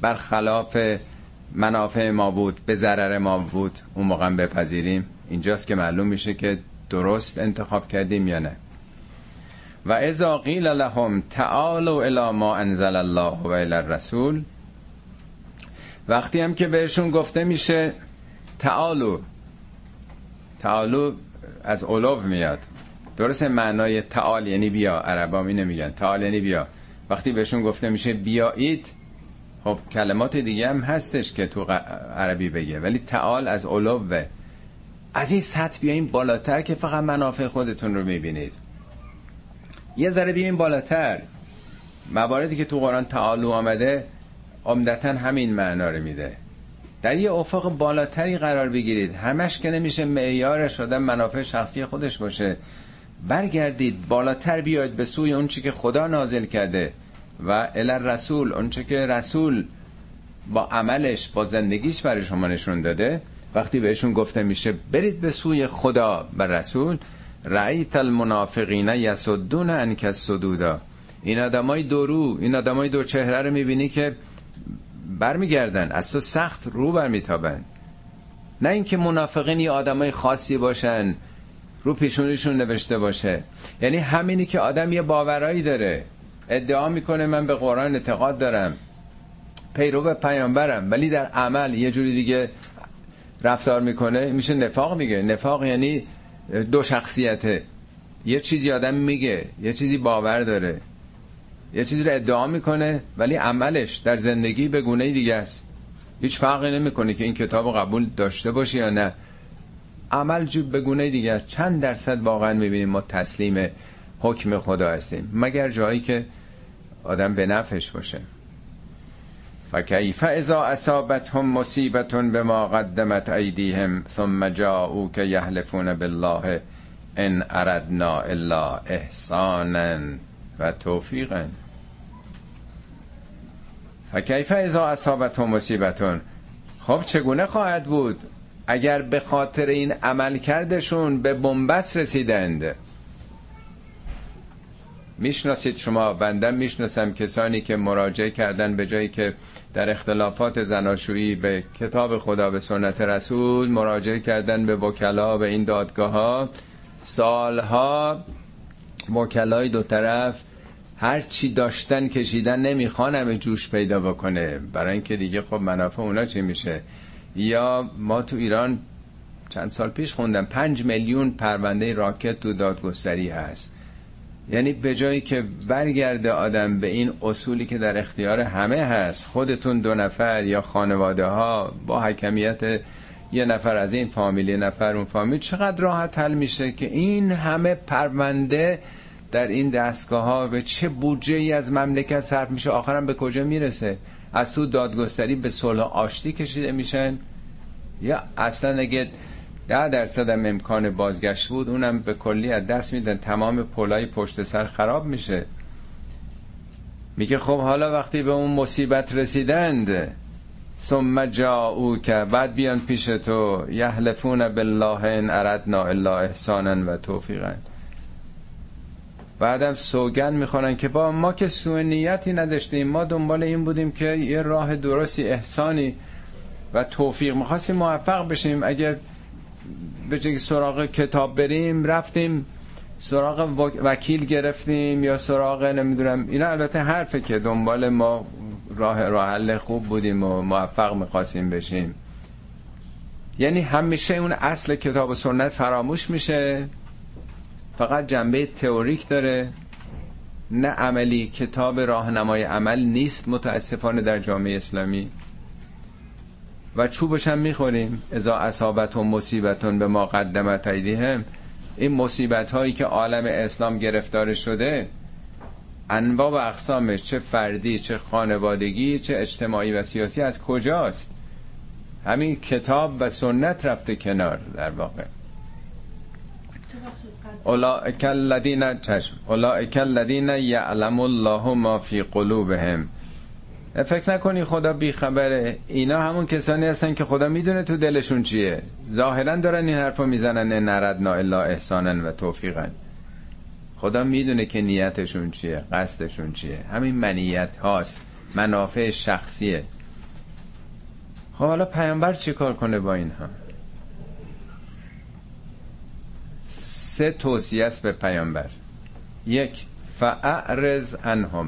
برخلاف منافع ما بود، به ضرر ما بود، اون موقع بپذیریم. اینجاست که معلوم میشه که درست انتخاب کردیم یا نه. و اذا قیل لهم تعالوا الی ما انزل الله و الی الرسول، وقتی هم که بهشون گفته میشه تعالو، تعالو از علو میاد، درسته معنای تعال یعنی بیا، عربا می نمیگن تعال یعنی بیا. وقتی بهشون گفته میشه بیایید، خب کلمات دیگه هم هستش که تو عربی بگه، ولی تعال از علوه، از این سطح بیاین بالاتر که فقط منافع خودتون رو میبینید. یه ذره بیاین بالاتر. مواردی که تو قرآن تعالو آمده عمدتاً همین معنا رو میده، در یه افق بالاتری قرار بگیرید. همش که نمیشه معیارش آدم منافع شخصی خودش باشه. برگردید بالاتر، بیاید به سوی اون چی که خدا نازل کرده و الی الرسول، اون چی که رسول با عملش با زندگیش برای شما نشون داده. وقتی بهشون گفته میشه برید به سوی خدا و رسول، رأیت المنافقین یصدون عنک الصدودا، این آدمای دورو، این آدمای دو چهره رو میبینی که برمیگردن از تو، سخت رو برمیتابن. نه اینکه منافقین یه آدمای خاصی باشن رو پیشونیشون نوشته باشه، یعنی همینی که آدم یه باورایی داره، ادعا میکنه من به قرآن اعتقاد دارم، پیرو به پیامبرم، ولی در عمل یه جوری دیگه رفتار میکنه، میشه نفاق دیگه. نفاق یعنی دو شخصیته، یه چیزی آدم میگه، یه چیزی باور داره، یه چیزی رو ادعا میکنه ولی عملش در زندگی به گونه دیگه است. هیچ فرقی نمیکنه که این کتاب رو قبول داشته باشی یا نه، عمل جو به گونه دیگه است. چند درصد واقعا میبینیم ما تسلیم حکم خدا هستیم؟ مگر جایی که آدم به نفعش باشه. فکیف اذا اصابتهم مصیبة بما قدمت ایدیهم ثم جاءوک یحلفون بالله ان اردنا الا احسانا و توفیقا. فکیف اذا اصابتهم مصیبة، خب چگونه خواهد بود اگر به خاطر این عمل کردشون به بنبست رسیدند؟ میشناسید شما، بندم میشناسم کسانی که مراجعه کردن به جایی که در اختلافات زناشویی به کتاب خدا به سنت رسول مراجعه کردن به وکلا به این دادگاه ها، سالها وکلای دو طرف هر چی داشتن کشیدن، نمیخوان همه جوش پیدا بکنه، برای اینکه دیگه خب منافع اونا چی میشه. یا ما تو ایران چند سال پیش خوندم پنج میلیون پرونده راکت تو دادگستری هست. یعنی به جایی که برگرده آدم به این اصولی که در اختیار همه هست، خودتون دو نفر یا خانواده ها با حکمیت یه نفر از این فامیل یه نفر اون فامیل، چقدر راحت حل میشه که این همه پرونده در این دستگاه ها به چه بودجه ای از مملکت صرف میشه، آخرم به کجا میرسه؟ از تو دادگستری به صلح آشتی کشیده میشن، یا اصلا اگه ده درصد هم امکان بازگشت بود اونم به کلی از دست میدن، تمام پولای پشت سر خراب میشه. میگه خب حالا وقتی به اون مصیبت رسیدند، ثم جاءوک، بعد بیان پیش تو، یحلفون بالله ان اردنا الا احسانا و توفیقا، بعدم سوگن میخورن که با ما که سوء نیتی نداشتیم، ما دنبال این بودیم که یه راه درستی، احسانی و توفیق میخواستیم موفق بشیم. اگر به جای سراغ کتاب بریم رفتیم سراغ وکیل گرفتیم یا سراغ نمیدونم، اینا البته حرفه که دنبال ما راه راه حل خوب بودیم و موفق میخواستیم بشیم. یعنی همیشه اون اصل کتاب و سنت فراموش میشه، فقط جنبه تئوریک داره نه عملی. کتاب راهنمای عمل نیست متاسفانه در جامعه اسلامی و چوبش هم میخوریم. اذا اصابتهم مصیبتون به ما قدمت ایدیهم، این مصیبت هایی که عالم اسلام گرفتار شده انواع و اقسامش، چه فردی چه خانوادگی چه اجتماعی و سیاسی، از کجاست؟ همین کتاب و سنت رفته کنار در واقع. اولئک الذین چشم اولئک الذین یعلم الله ما فی قلوبهم، فکر نکنی خدا بی خبره، اینا همون کسانی هستن که خدا میدونه تو دلشون چیه. ظاهرا دارن این حرفو میزنن ان اردنا الا احسانا و توفیقا، خدا میدونه که نیتشون چیه، قصدشون چیه. همین منیت هاست، منافع شخصیه. خب حالا پیامبر چی کار کنه با اینها؟ سه توصیه است به پیامبر. یک، فاعرض عنهم.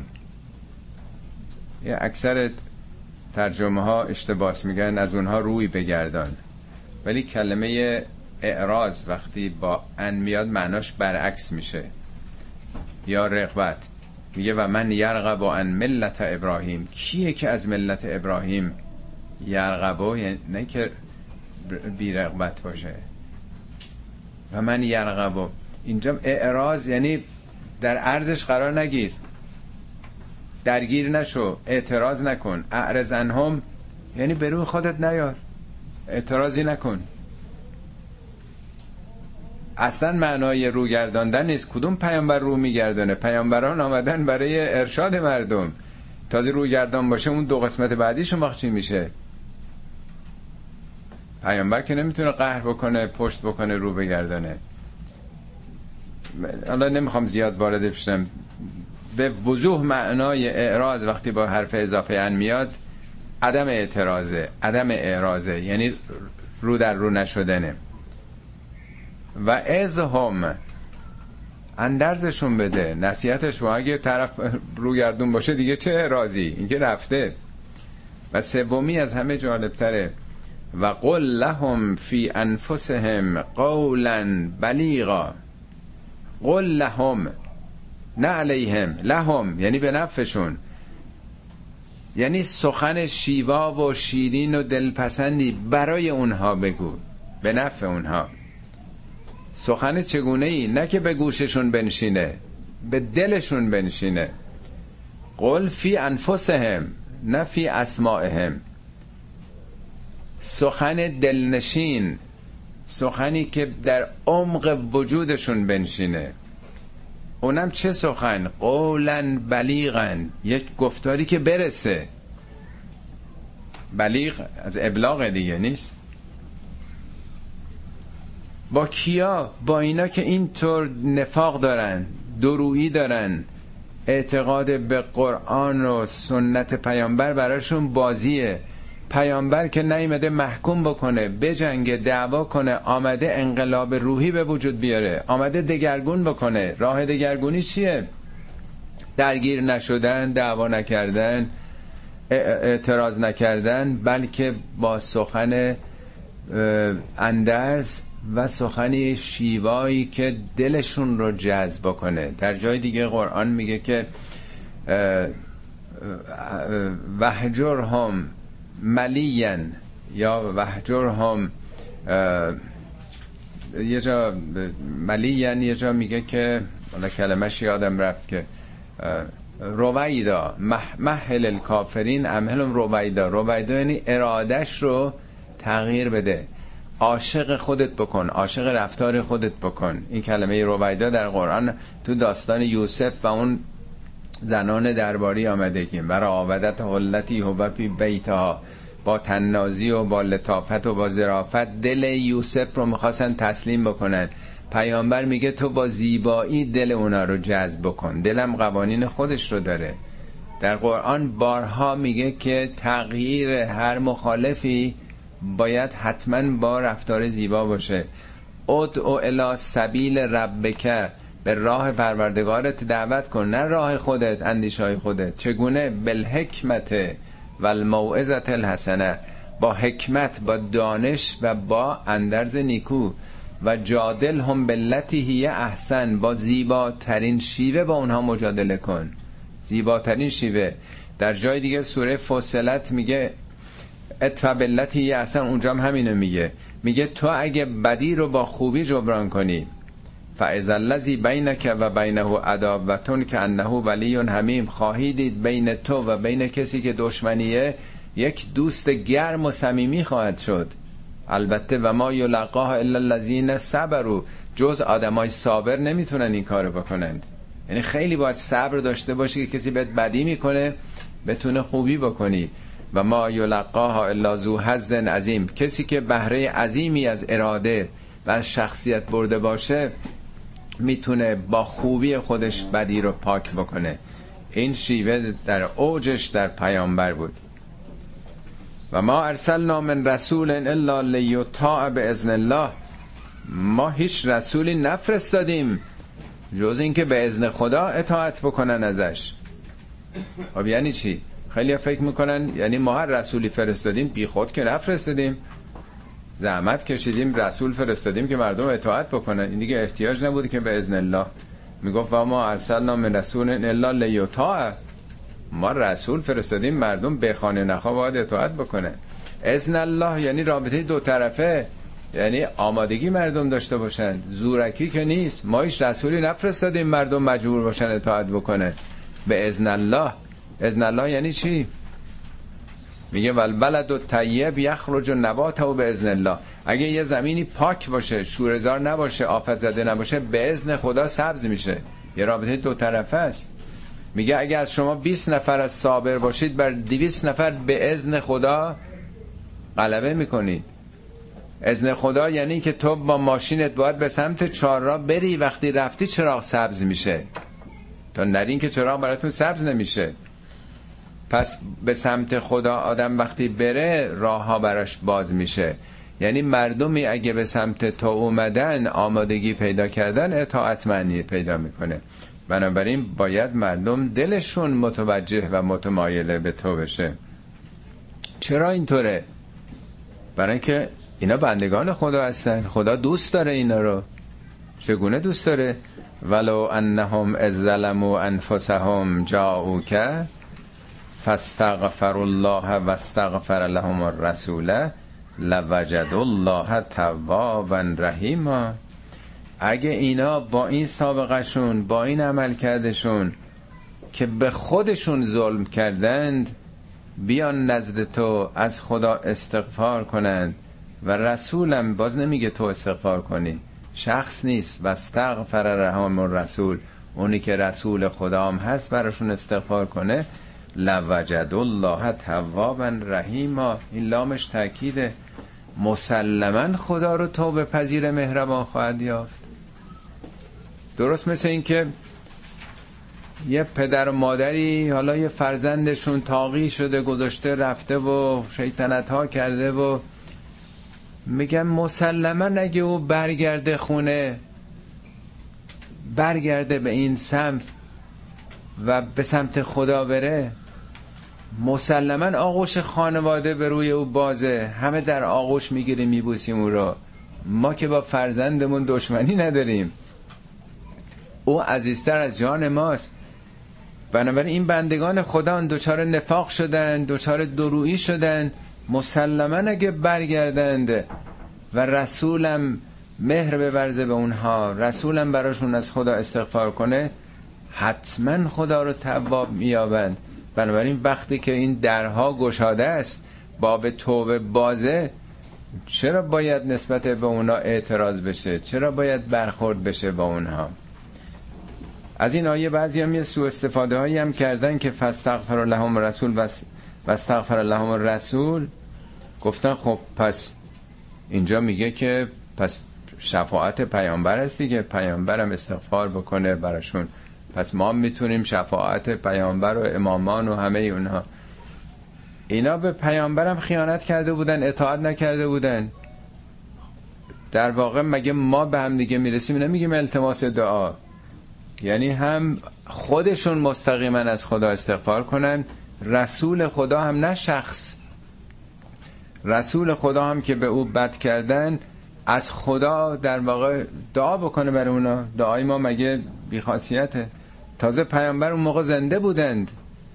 یه اکثر ترجمه ها اشتباس میگن از اونها روی بگردان، ولی کلمه اعراض وقتی با ان میاد معناش برعکس میشه. یا رغبت، میگه و من یرغب عن ملت ابراهیم. کیه که از ملت ابراهیم یرغبو؟ یعنی نه که بی رغبت باشه. و من یرغبو اینجا اعراض یعنی در عرضش قرار نگیر، درگیر نشو، اعتراض نکن. اعرض عنهم یعنی به روی خودت نیار، اعتراضی نکن. اصلا معنای رو گرداندن نیست. کدوم پیامبر رو میگردانه؟ پیامبران آمدن برای ارشاد مردم. تازه رو گردان باشه اون دو قسمت بعدیش اون وقت چی میشه؟ پیامبر که نمیتونه قهر بکنه، پشت بکنه، رو بگردانه. حالا نمیخوام زیاد وارد بشم. به وضوح معنای اعراض وقتی با حرف اضافه ان میاد عدم اعتراضه، عدم اعراضه، یعنی رو در رو نشدنه. و از هم اندرزشون بده، نصیحتش. و اگه طرف روگردون باشه دیگه چه اعراضی، این که رفته. و سومی از همه جالبتره، و قل لهم فی انفسهم قولا بلیغا. قل لهم نه علیهم، لهم یعنی به نفعشون، یعنی سخن شیوا و شیرین و دلپسندی برای اونها بگو، به نفع اونها. سخن چگونه ای؟ نه که به گوششون بنشینه، به دلشون بنشینه. قل فی انفسهم نه فی اسمائهم. سخن دلنشین، سخنی که در عمق وجودشون بنشینه. اونم چه سخن؟ قولا بلیغا، یک گفتاری که برسه. بلیغ از ابلاغ دیگه نیست. با کیا؟ با اینا که اینطور نفاق دارن، درویی دارن، اعتقاد به قرآن و سنت پیامبر براشون بازیه. پیامبر که نیامده محکوم بکنه، بجنگه، دعوا کنه، آمده انقلاب روحی به وجود بیاره، آمده دگرگون بکنه. راه دگرگونی چیه؟ درگیر نشدن، دعوا نکردن، اعتراض نکردن، بلکه با سخن اندرز و سخنی شیوایی که دلشون رو جذب کنه. در جای دیگه قرآن میگه که وهجرهم ملیاً یا وهجرهم، یه جا ملیاً، یه جا میگه که حالا کلمش یادم رفت که رویدا محل الکافرین امهلهم رویدا. رویدا یعنی ارادش رو تغییر بده، عاشق خودت بکن، عاشق رفتار خودت بکن. این کلمه رویدا در قرآن تو داستان یوسف و اون زنان درباری آمده که برای آودت حلتی هو فی بیتها، با تنازی و با لطافت و با ظرافت دل یوسف رو میخواستن تسلیم بکنن. پیامبر میگه تو با زیبایی دل اونا رو جذب بکن. دلم قوانین خودش رو داره. در قرآن بارها میگه که تغییر هر مخالفی باید حتما با رفتار زیبا باشه. ادعو الی سبیل ربک، به راه پروردگارت دعوت کن، نه راه خودت، اندیشای خودت. چگونه؟ بالحکمت و الموعظه الحسنه، با حکمت، با دانش و با اندرز نیکو. و جادل هم بالتی هی احسن، با زیباترین شیوه با اونها مجادله کن، زیباترین شیوه. در جای دیگه سوره فصلت میگه ادفع بالتی هی احسن، اونجا هم همینو میگه. میگه تو اگه بدی رو با خوبی جبران کنی، فاذا الذی بینک و بینه عداوة کانه ولی حمیم، خواهی دید بین تو و بین کسی که دشمنیه یک دوست گرم و صمیمی خواهد شد. البته و ما یلقاها الا الذین صبروا، جز آدمای صابر نمیتونن این کارو بکنند. یعنی خیلی باید صبر داشته باشی که کسی بهت بدی میکنه بتونه خوبی بکنی. و ما یلقاها الا ذو حظ عظیم، کسی که بهره عظیمی از اراده و از شخصیت برده باشه میتونه با خوبی خودش بدی رو پاک بکنه. این شیوه در اوجش در پیامبر بود. و ما ارسلنا من رسول الا لیطاع باذن الله، ما هیچ رسولی نفرستادیم جز اینکه به اذن خدا اطاعت بکنن ازش. خب یعنی چی؟ خیلی فکر میکنن یعنی ما هر رسولی فرستادیم بی خود که نفرستادیم، زحمت کشیدیم رسول فرستادیم که مردم اطاعت بکنن، این دیگه احتیاج نبود که به اذن الله. میگفت و ما ارسلنا من رسول الا لیطاع، ما رسول فرستادیم مردم بخوانه نخوا باید اطاعت بکنه. اذن الله یعنی رابطه دو طرفه، یعنی آمادگی مردم داشته باشن، زورکی که نیست. ما هیچ رسولی نفرستادیم مردم مجبور باشن اطاعت بکنه، به اذن الله. اذن الله یعنی چی؟ میگه والبلد الطیب یخرج نباته به اذن الله، اگه یه زمینی پاک باشه، شوره‌زار نباشه، آفت زده نباشه، به اذن خدا سبز میشه. یه رابطه دو طرفه است. میگه اگه از شما بیست نفر از صابر باشید بر دویست نفر به اذن خدا غلبه میکنید. اذن خدا یعنی که تو با ماشینت باید به سمت چهارراه بری، وقتی رفتی چراغ سبز میشه، تا نرین که چراغ براتون سبز نمیشه. پس به سمت خدا آدم وقتی بره راه ها براش باز میشه. یعنی مردمی اگه به سمت تو اومدن، آمادگی پیدا کردن، اطاعت معنی پیدا میکنه. بنابراین باید مردم دلشون متوجه و متمایل به تو بشه. چرا اینطوره؟ برای اینکه اینا بندگان خدا هستن، خدا دوست داره اینا رو. چگونه دوست داره؟ ولو انهم اذ ظلموا انفسهم جاءوک فاستغفروا الله واستغفر لهم الرسول لوجدوا الله توابا رحیما. اگه اینا با این سابقه شون، با این عمل کردشون که به خودشون ظلم کردند، بیان نزد تو از خدا استغفار کنند و رسولم، باز نمیگه تو استغفار کنی، شخص نیست، و استغفر لهم الرسول، اونی که رسول خدا هم هست براشون استغفار کنه، لوجد الله توابا رحیما. این لامش تاکیده، مسلما خدا رو توبه پذیر مهربان خواهد یافت. درست مثل این که یه پدر و مادری حالا یه فرزندشون تاقی شده گذاشته رفته و شیطنت ها کرده و میگن مسلما اگه او برگرده خونه، برگرده به این سمت و به سمت خدا بره، مسلما آغوش خانواده به روی او بازه، همه در آغوش میگیریم میبوسیم او را. ما که با فرزندمون دشمنی نداریم، او عزیزتر از جان ماست. بنابراین این بندگان خدا دوچار نفاق شدن، دوچار درویی شدن، مسلما اگه برگردند و رسولم مهر بورزه به اونها، رسولم براشون از خدا استغفار کنه، حتما خدا رو تواب میابند. بنابراین وقتی که این درها گشاده است، باب توبه بازه، چرا باید نسبت به اونها اعتراض بشه؟ چرا باید برخورد بشه با اونها؟ از این آیه بعضی هم یه سوء استفاده هایی هم کردن که فاستغفر لهم الرسول و استغفر لهم الرسول، گفتن خب پس اینجا میگه که پس شفاعت پیامبر است دیگه، پیامبرم استغفار بکنه براشون، پس ما میتونیم شفاعت پیامبر و امامان و همه اونها. اینا به پیامبرم خیانت کرده بودن، اطاعت نکرده بودن. در واقع مگه ما به هم دیگه میرسیم نمیگیم التماس دعا؟ یعنی هم خودشون مستقیما از خدا استغفار کنن، رسول خدا هم، نه شخص، رسول خدا هم که به او بد کردن از خدا در واقع دعا بکنه برای اونا. دعای ما مگه بیخاصیته؟ تازه پیامبر اون موقع زنده بودند.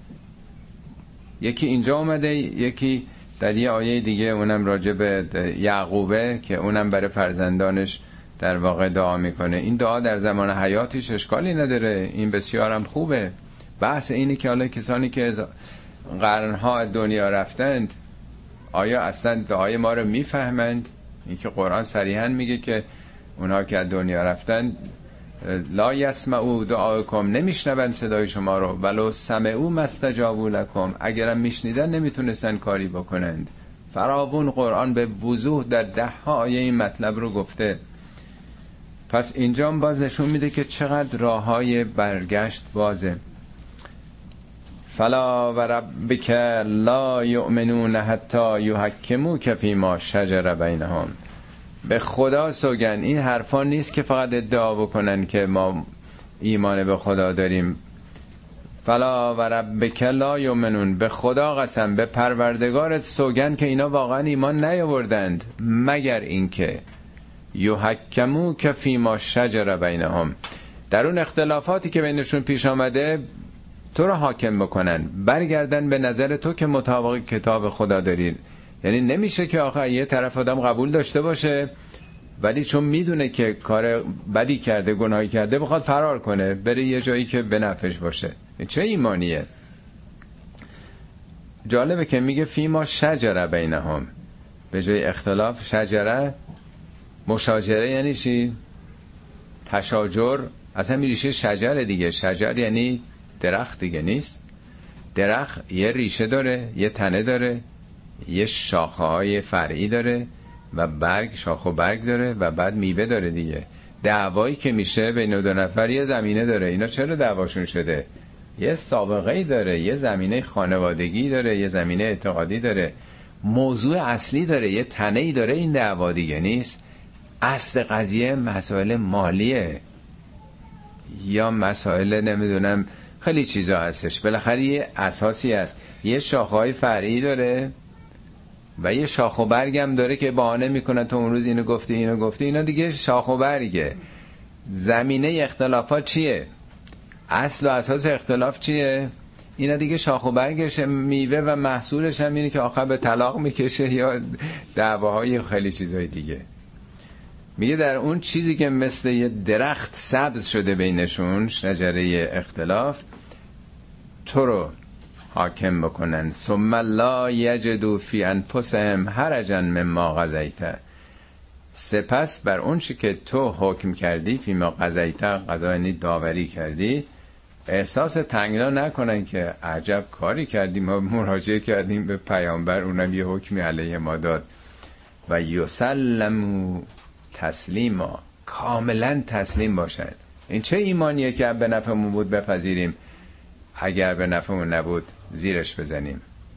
یکی اینجا اومده، یکی در یه آیه دیگه اونم راجع به یعقوبه که اونم برای فرزندانش در واقع دعا میکنه. این دعا در زمان حیاتش اشکالی نداره، این بسیارم خوبه. بحث اینه که حالا کسانی که قرنها دنیا رفتند آیا اصلا دعای ما رو میفهمند؟ این که قرآن صریحا میگه که اونها که از دنیا رفتن لا یسمعوا دعاءکم، نمیشنون صدای شما رو، ولو سمعوا مستجابوا لکم، اگرم میشنیدن نمیتونستن کاری بکنند. فراوون قرآن به وضوح در ده ها آیه این مطلب رو گفته. پس اینجا هم باز نشون میده که چقدر راههای برگشت بازه. فلا و ربک لا یؤمنون حتی یحکموک فیما شجر بینهم. به خدا سوگند این حرفا نیست که فقط ادعا بکنن که ما ایمان به خدا داریم. فلا و ربک لا یؤمنون، به خدا قسم، به پروردگارت سوگند که اینا واقعا ایمان نیاوردند، مگر اینکه یحکموک فیما شجر بینهم، در اون اختلافاتی که بینشون پیش آمده تو رو حاکم بکنن، برگردن به نظر تو که مطابق کتاب خدا دارید. یعنی نمیشه که آخه یه طرف آدم قبول داشته باشه ولی چون میدونه که کار بدی کرده، گناهی کرده، بخواد فرار کنه بره یه جایی که به نفعش باشه. چه ایمانیه؟ جالبه که میگه فیما شجره بینهم، به جای اختلاف شجره. مشاجره یعنی چی؟ تشاجر اصلا میریشه شجر دیگه. شجر یعنی درخت دیگه نیست. درخت یه ریشه داره، یه تنه داره، یه شاخه های فرعی داره و برگ، شاخ و برگ داره و بعد میوه داره دیگه. دعوایی که میشه بین دو نفر یه زمینه داره. اینا چرا دعواشون شده؟ یه سابقه‌ای داره، یه زمینه خانوادگی داره، یه زمینه اعتقادی داره، موضوع اصلی داره، یه تنه‌ای داره. این دعوا دیگه نیست. اصل قضیه مسائل مالیه یا مسائل نمیدونم خیلی چیزا هستش. بالاخره یه اساسی هست، یه شاخه‌های فرعی داره و یه شاخ و برگم داره که بهانه میکنن تو اون روز اینو گفتی اینو گفتی. اینا دیگه شاخ و برگه. زمینه اختلافات چیه؟ اصل و اساس اختلاف چیه؟ اینا دیگه شاخ و برگشه. میوه و محصولش هم اینه که آخر به طلاق میکشه یا دعواهای خیلی چیزای دیگه. میگه در اون چیزی که مثل یه درخت سبز شده بینشون، شجره اختلاف، تو رو حاکم بکنن. ثم لا یجدوا فی انفسهم حرجا مما قضیت، سپس بر اون چی که تو حکم کردی، فیما قضیت، قضا یعنی داوری کردی، احساس تنگنا نکنن که عجب کاری کردیم، ما مراجعه کردیم به پیامبر اونم یه حکمی علیه ما داد. و یسلموا تسلیما، کاملا تسلیم باشد. این چه ایمانیه که به نفعمون بود بپذیریم، اگر به نفعمون نبود زیرش بزنیم.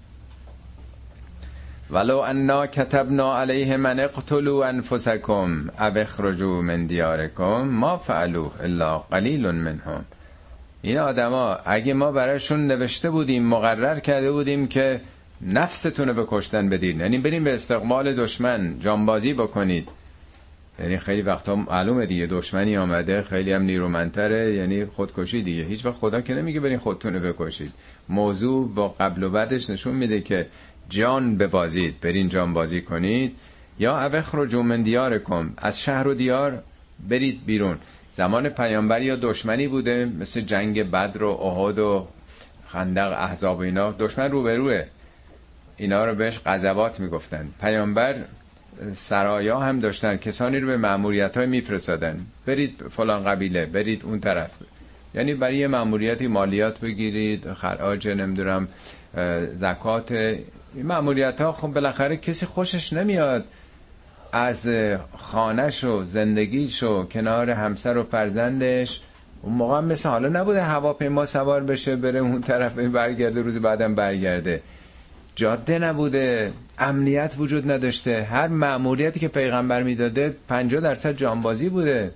ولو انا كتبنا علیهم ان اقتلوا انفسکم او اخرجوا من دیارکم ما فعلوه الا قلیل منهم. این آدما اگه ما براشون نوشته بودیم، مقرر کرده بودیم که نفستون رو به کشتن بدید، یعنی بریم به استقبال دشمن، جانبازی بکنید، یعنی خیلی وقتا معلومه دیگه دشمنی آمده خیلی هم نیرومندتره، یعنی خودکشی دیگه. هیچ وقت خدا که نمیگه برین خودتون رو بکشید. موضوع با قبل و بعدش نشون میده که جان ببازید، برین جان بازی کنید. یا اخرجوا من دیارکم، از شهر و دیار برید بیرون. زمان پیامبر یا دشمنی بوده مثل جنگ بدر و احد و خندق احزاب و اینا، دشمن روبروه، اینا رو بهش غزوات میگفتن. پیامبر سرایا هم داشتن، کسانی رو به مأموریت‌های میفرستادن، برید فلان قبیله، برید اون طرف، یعنی برای یه مأموریتی مالیات بگیرید، خراج، نمیدونم زکات. این مأموریت‌ها خب بالاخره کسی خوشش نمیاد از خانه‌ش و زندگیش و کنار همسر و فرزندش. اون موقع مثل حالا نبوده هواپیما سوار بشه بره اون طرف برگرده، روز بعدم برگرده. جاده نبوده، امنیت وجود نداشته. هر مأموریتی که پیغمبر میداده پنجاه درصد جانبازی بوده.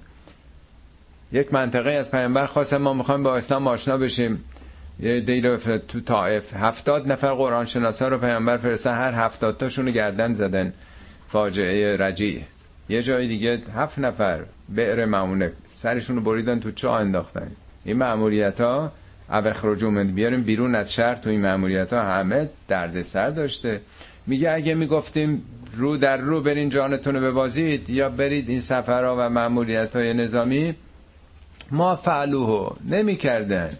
یک منطقه از پیغمبر خواستن ما میخوایم با اسلام آشنا بشیم، یه دیل تو طائف هفتاد نفر قرآن شناسا رو پیغمبر فرستن، هر هفتاد تاشون رو گردن زدن، فاجعه رجیع. یه جای دیگه هفت نفر بئر معونه سرشون رو بریدن تو چاه انداختن. این مأموریت ها اخرجوا من، بیاریم بیرون از شهر، تو این مأموریت ها همه درد سر داشته. میگه اگه میگفتیم رو در رو برین جانتون رو ببازید یا برید این سفرها و مأموریت های نظامی، ما فعلوه، نمی کردن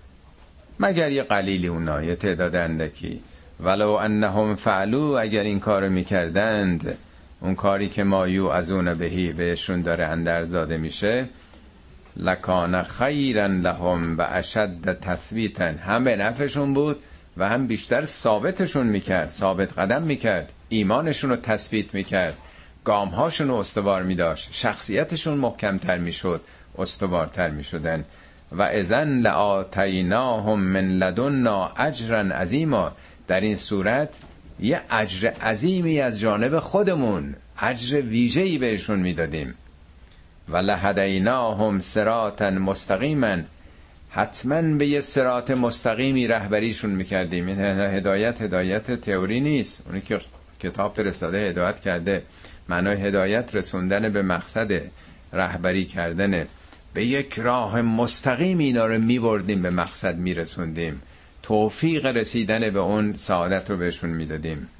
مگر یه قلیلی، اونا یه تعداد اندکی. ولو انهم فعلو، اگر این کارو میکردند، اون کاری که ما یو از اون بهی بهشون داره اندرز داده میشه، لکان خیرا لهم و اشد تثبیتا، هم به نفعشون بود و هم بیشتر ثابتشون میکرد، ثابت قدم میکرد، ایمانشون رو تثبیت میکرد، گامهاشون رو استوار میداشت، شخصیتشون محکمتر میشد، استوارتر میشدن. و اذن لآتیناهم من لدنا اجرا عظیما. در این صورت یه اجر عظیمی از جانب خودمون، اجر ویژه‌ای بهشون میدادیم. و لهدیناهم صراطا مستقیما، حتما به یه صراط مستقیمی رهبریشون میکردیم. این هدایت هدایت تئوری نیست، اونی که کتاب فرستاده هدایت کرده، معنای هدایت رسوندن به مقصد، رهبری کردن به یک راه مستقیم. اینا رو میبردیم به مقصد میرسوندیم، توفیق رسیدن به اون سعادت رو بهشون میدادیم.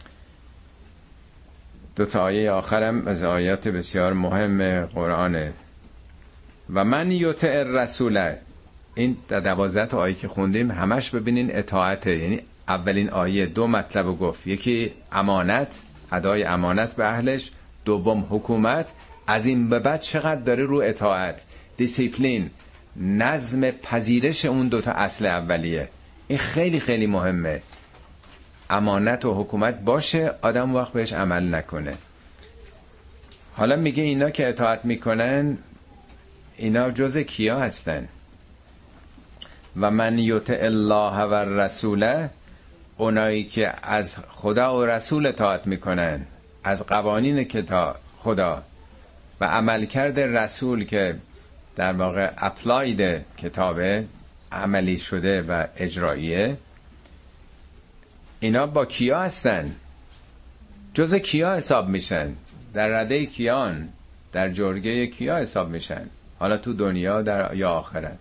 دو تا آیه آخرم از آیات بسیار مهم قرآنه. و من یطع الرسول، این دوازده تا آیه که خوندیم همش ببینین اطاعته. یعنی اولین آیه دو مطلب رو گفت، یکی امانت، ادای امانت به اهلش، دوم حکومت. از این به بعد چقدر داره رو اطاعت، دیسیپلین، نظم پذیرش اون دوتا اصل اولیه. این خیلی خیلی مهمه. امانت و حکومت باشه، آدم وقت بهش عمل نکنه. حالا میگه اینا که اطاعت میکنن اینا جز کیا هستن؟ و من یطع الله و الرسول، اونایی که از خدا و رسول اطاعت میکنن، از قوانین کتاب خدا و عملکرد رسول که در واقع اپلاید کتابه، عملی شده و اجراییه. اینا با کیا هستن؟ جز کیا حساب میشن؟ در رده کیان، در جرگه کیا حساب میشن؟ حالا تو دنیا در یا آخرت.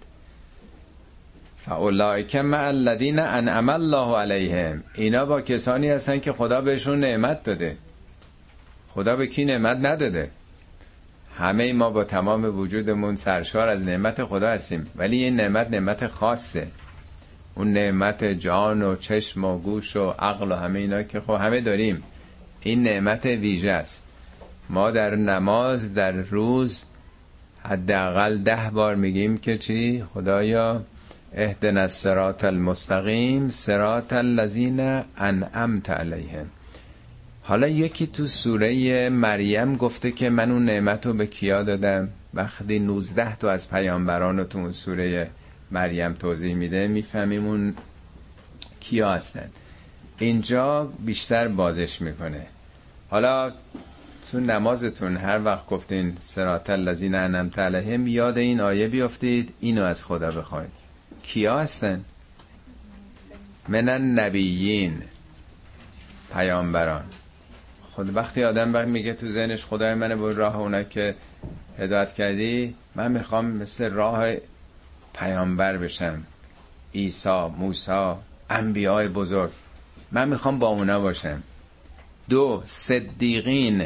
فاولئک مع الذین انعم الله علیهم، اینا با کسانی هستن که خدا بهشون نعمت داده. خدا به کی نعمت نداده؟ همه ما با تمام وجودمون سرشار از نعمت خدا هستیم، ولی این نعمت نعمت خاصه. اون نعمت جان و چشم و گوش و عقل و همه اینا که خب همه داریم، این نعمت ویژه است. ما در نماز در روز حداقل ده بار میگیم که چی؟ خدایا اهدنا الصراط المستقیم صراط الذین انعمت علیهم. حالا یکی تو سوره مریم گفته که من اون نعمت رو به کیا دادم. وقتی نوزده تا از پیامبران رو تو اون سوره مریم توضیح میده میفهمیم اون کیا هستن. اینجا بیشتر بازش میکنه. حالا تو نمازتون هر وقت گفتین صراط الذین انعمت علیهم، یاد این آیه بیافتید، اینو از خدا بخواید. کیا هستن؟ من النبیین، پیامبران. خود وقتی آدم وقت میگه تو ذهنش خدای منه به راه اونا که هدایت کردی، من میخوام مثل راه پیامبر بشم، عیسی، موسی، انبیاء بزرگ، من میخوام با اونا باشم. دو، صدیقین.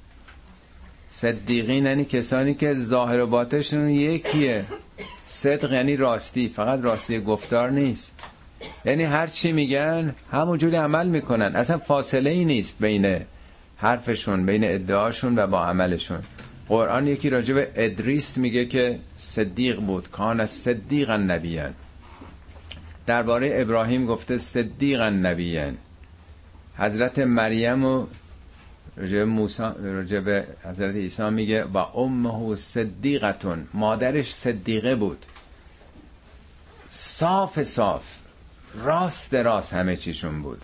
صدیقین یعنی کسانی که ظاهر و باطنشون یکیه. صدق یعنی راستی، فقط راستی گفتار نیست، یعنی هر چی میگن همونجوری عمل میکنن، اصلا فاصله ای نیست بین حرفشون، بین ادعاشون و با عملشون. قرآن یکی راجع به ادریس میگه که صدیق بود، کان صدیقا نبیان. درباره ابراهیم گفته صدیقا نبیان. حضرت مریم و راجع به موسی، راجع به حضرت عیسی میگه و امه صدیقتون، مادرش صدیقه بود. صاف صاف، راست راست همه چیشون بود.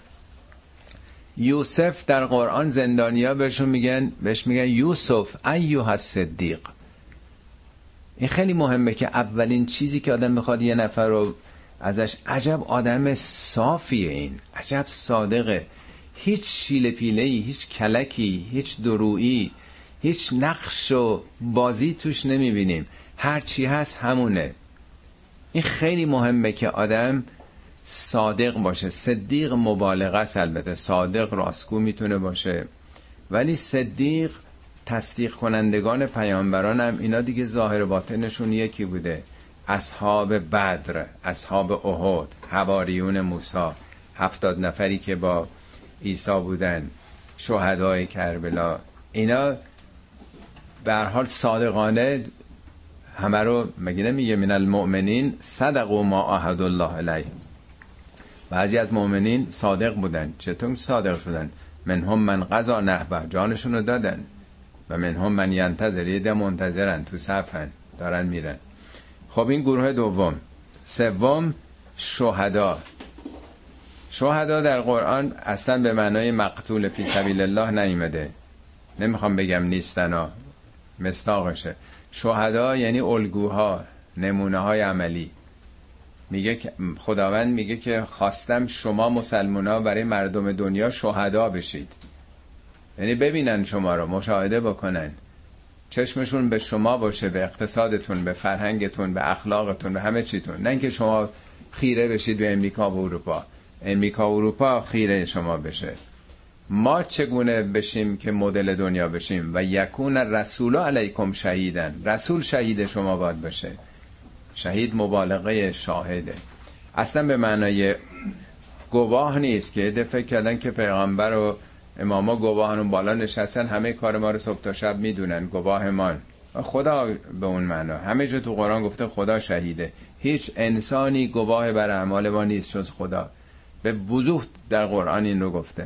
یوسف در قرآن زندانیا بهشون میگن، بهش میگن یوسف ایها الصدیق. این خیلی مهمه که اولین چیزی که آدم میخواد یه نفر رو ازش، عجب آدم صافیه، این عجب صادقه، هیچ شیله پیله‌ای، هیچ کلکی، هیچ درویی، هیچ نقش و بازی توش نمیبینیم، هر چی هست همونه. این خیلی مهمه که آدم صادق باشه. صدیق مبالغه است، البته صادق راستگو میتونه باشه، ولی صدیق تصدیق کنندگان پیامبران هم اینا دیگه ظاهر باطنشون یکی بوده. اصحاب بدر، اصحاب احد، حواریون موسی، هفتاد نفری که با عیسی بودن، شهدای کربلا، اینا به هر حال صادقانه همه رو مگه نمیگه من المؤمنین صدقوا ما عاهدوا الله علیه. بعضی از مؤمنین صادق بودن. چطور صادق شدن؟ منهم من قضا نحبه، جانشون رو دادن، و منهم من ینتظر، یه ده منتظرن، تو صفن دارن میرن. خب این گروه دوم. سوم شهدا. شهدا در قرآن اصلا به معنای مقتول فی سبیل الله نیامده، نمیخوام بگم نیستنا، مصداقشه. شهدا یعنی الگوها، نمونه های عملی. میگه خداوند میگه که خواستم شما مسلمونا برای مردم دنیا شهدا بشید، یعنی ببینن شما رو، مشاهده بکنن، چشمشون به شما باشه، به اقتصادتون، به فرهنگتون، به اخلاقتون، به همه چیتون، نه اینکه شما خیره بشید به امریکا و اروپا، امریکا و اروپا خیره شما بشه. ما چگونه بشیم که مدل دنیا بشیم؟ و یکون الرسول علیکم شهیدن، رسول شهید شما باید باشه. شهید مبالغه شاهده، اصلا به معنای گواه نیست که ده فکر کردن که پیغمبر و اماما گواهانون بالا نشستن همه کار ما رو صبح تا شب میدونن، گواهمان. خدا به اون معنا همه جا تو قرآن گفته خدا شهیده، هیچ انسانی گواه بر اعمال ما نیست جز خدا، به وضوح در قرآن این رو گفته.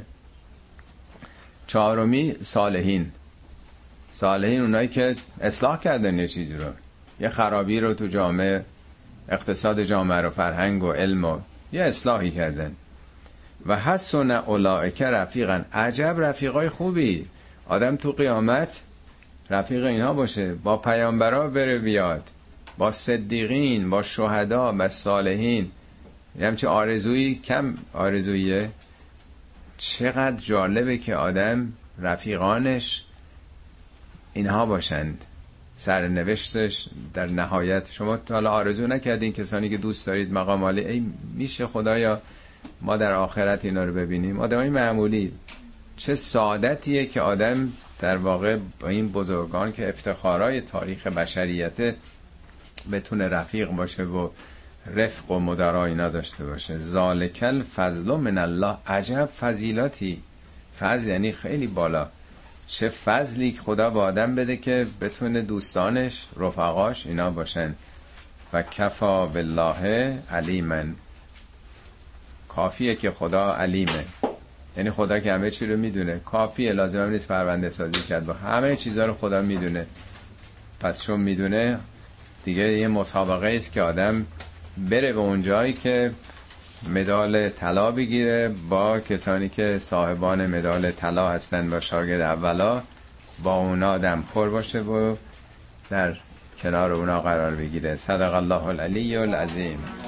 چهارمی صالحین. صالحین اونایی که اصلاح کردن یه چیزی رو، یه خرابی رو تو جامعه، اقتصاد جامعه رو، فرهنگ و علم و یه اصلاحی کردن. و حسن اولئک رفیقا، عجب رفیقای خوبی. آدم تو قیامت رفیق اینها باشه، با پیامبرا بره بیاد، با صدیقین، با شهدا، با صالحین. یه همچه آرزویی کم آرزویه. چقدر جالبه که آدم رفیقانش اینها باشند، سرنوشتش در نهایت. شما تا حالا آرزو نکردین کسانی که دوست دارید مقام عالی، ای میشه خدایا ما در آخرت اینا رو ببینیم؟ آدمای معمولی، چه سعادتیه که آدم در واقع با این بزرگان که افتخارای تاریخ بشریته بتونه رفیق باشه و رفق و مدارا اینا داشته باشه. ذالک الفضل من الله، عجب فضیلاتی. فضل یعنی خیلی بالا. چه فضلی که خدا به آدم بده که بتونه دوستانش، رفقاش اینا باشن. و کفا بالله علیما، کافیه که خدا علیمه، یعنی خدا که همه چی رو میدونه، کافیه، لازم هم نیست پرونده سازی کرد، با همه چیزا رو خدا میدونه. پس چون میدونه دیگه یه مسابقه است که آدم بره به اون جایی که مدال طلا بگیره با کسانی که صاحبان مدال طلا هستن، با شاگرد اولا، با اونا دم خور باشه و در کنار اونا قرار بگیره. صدق الله العلی العظیم.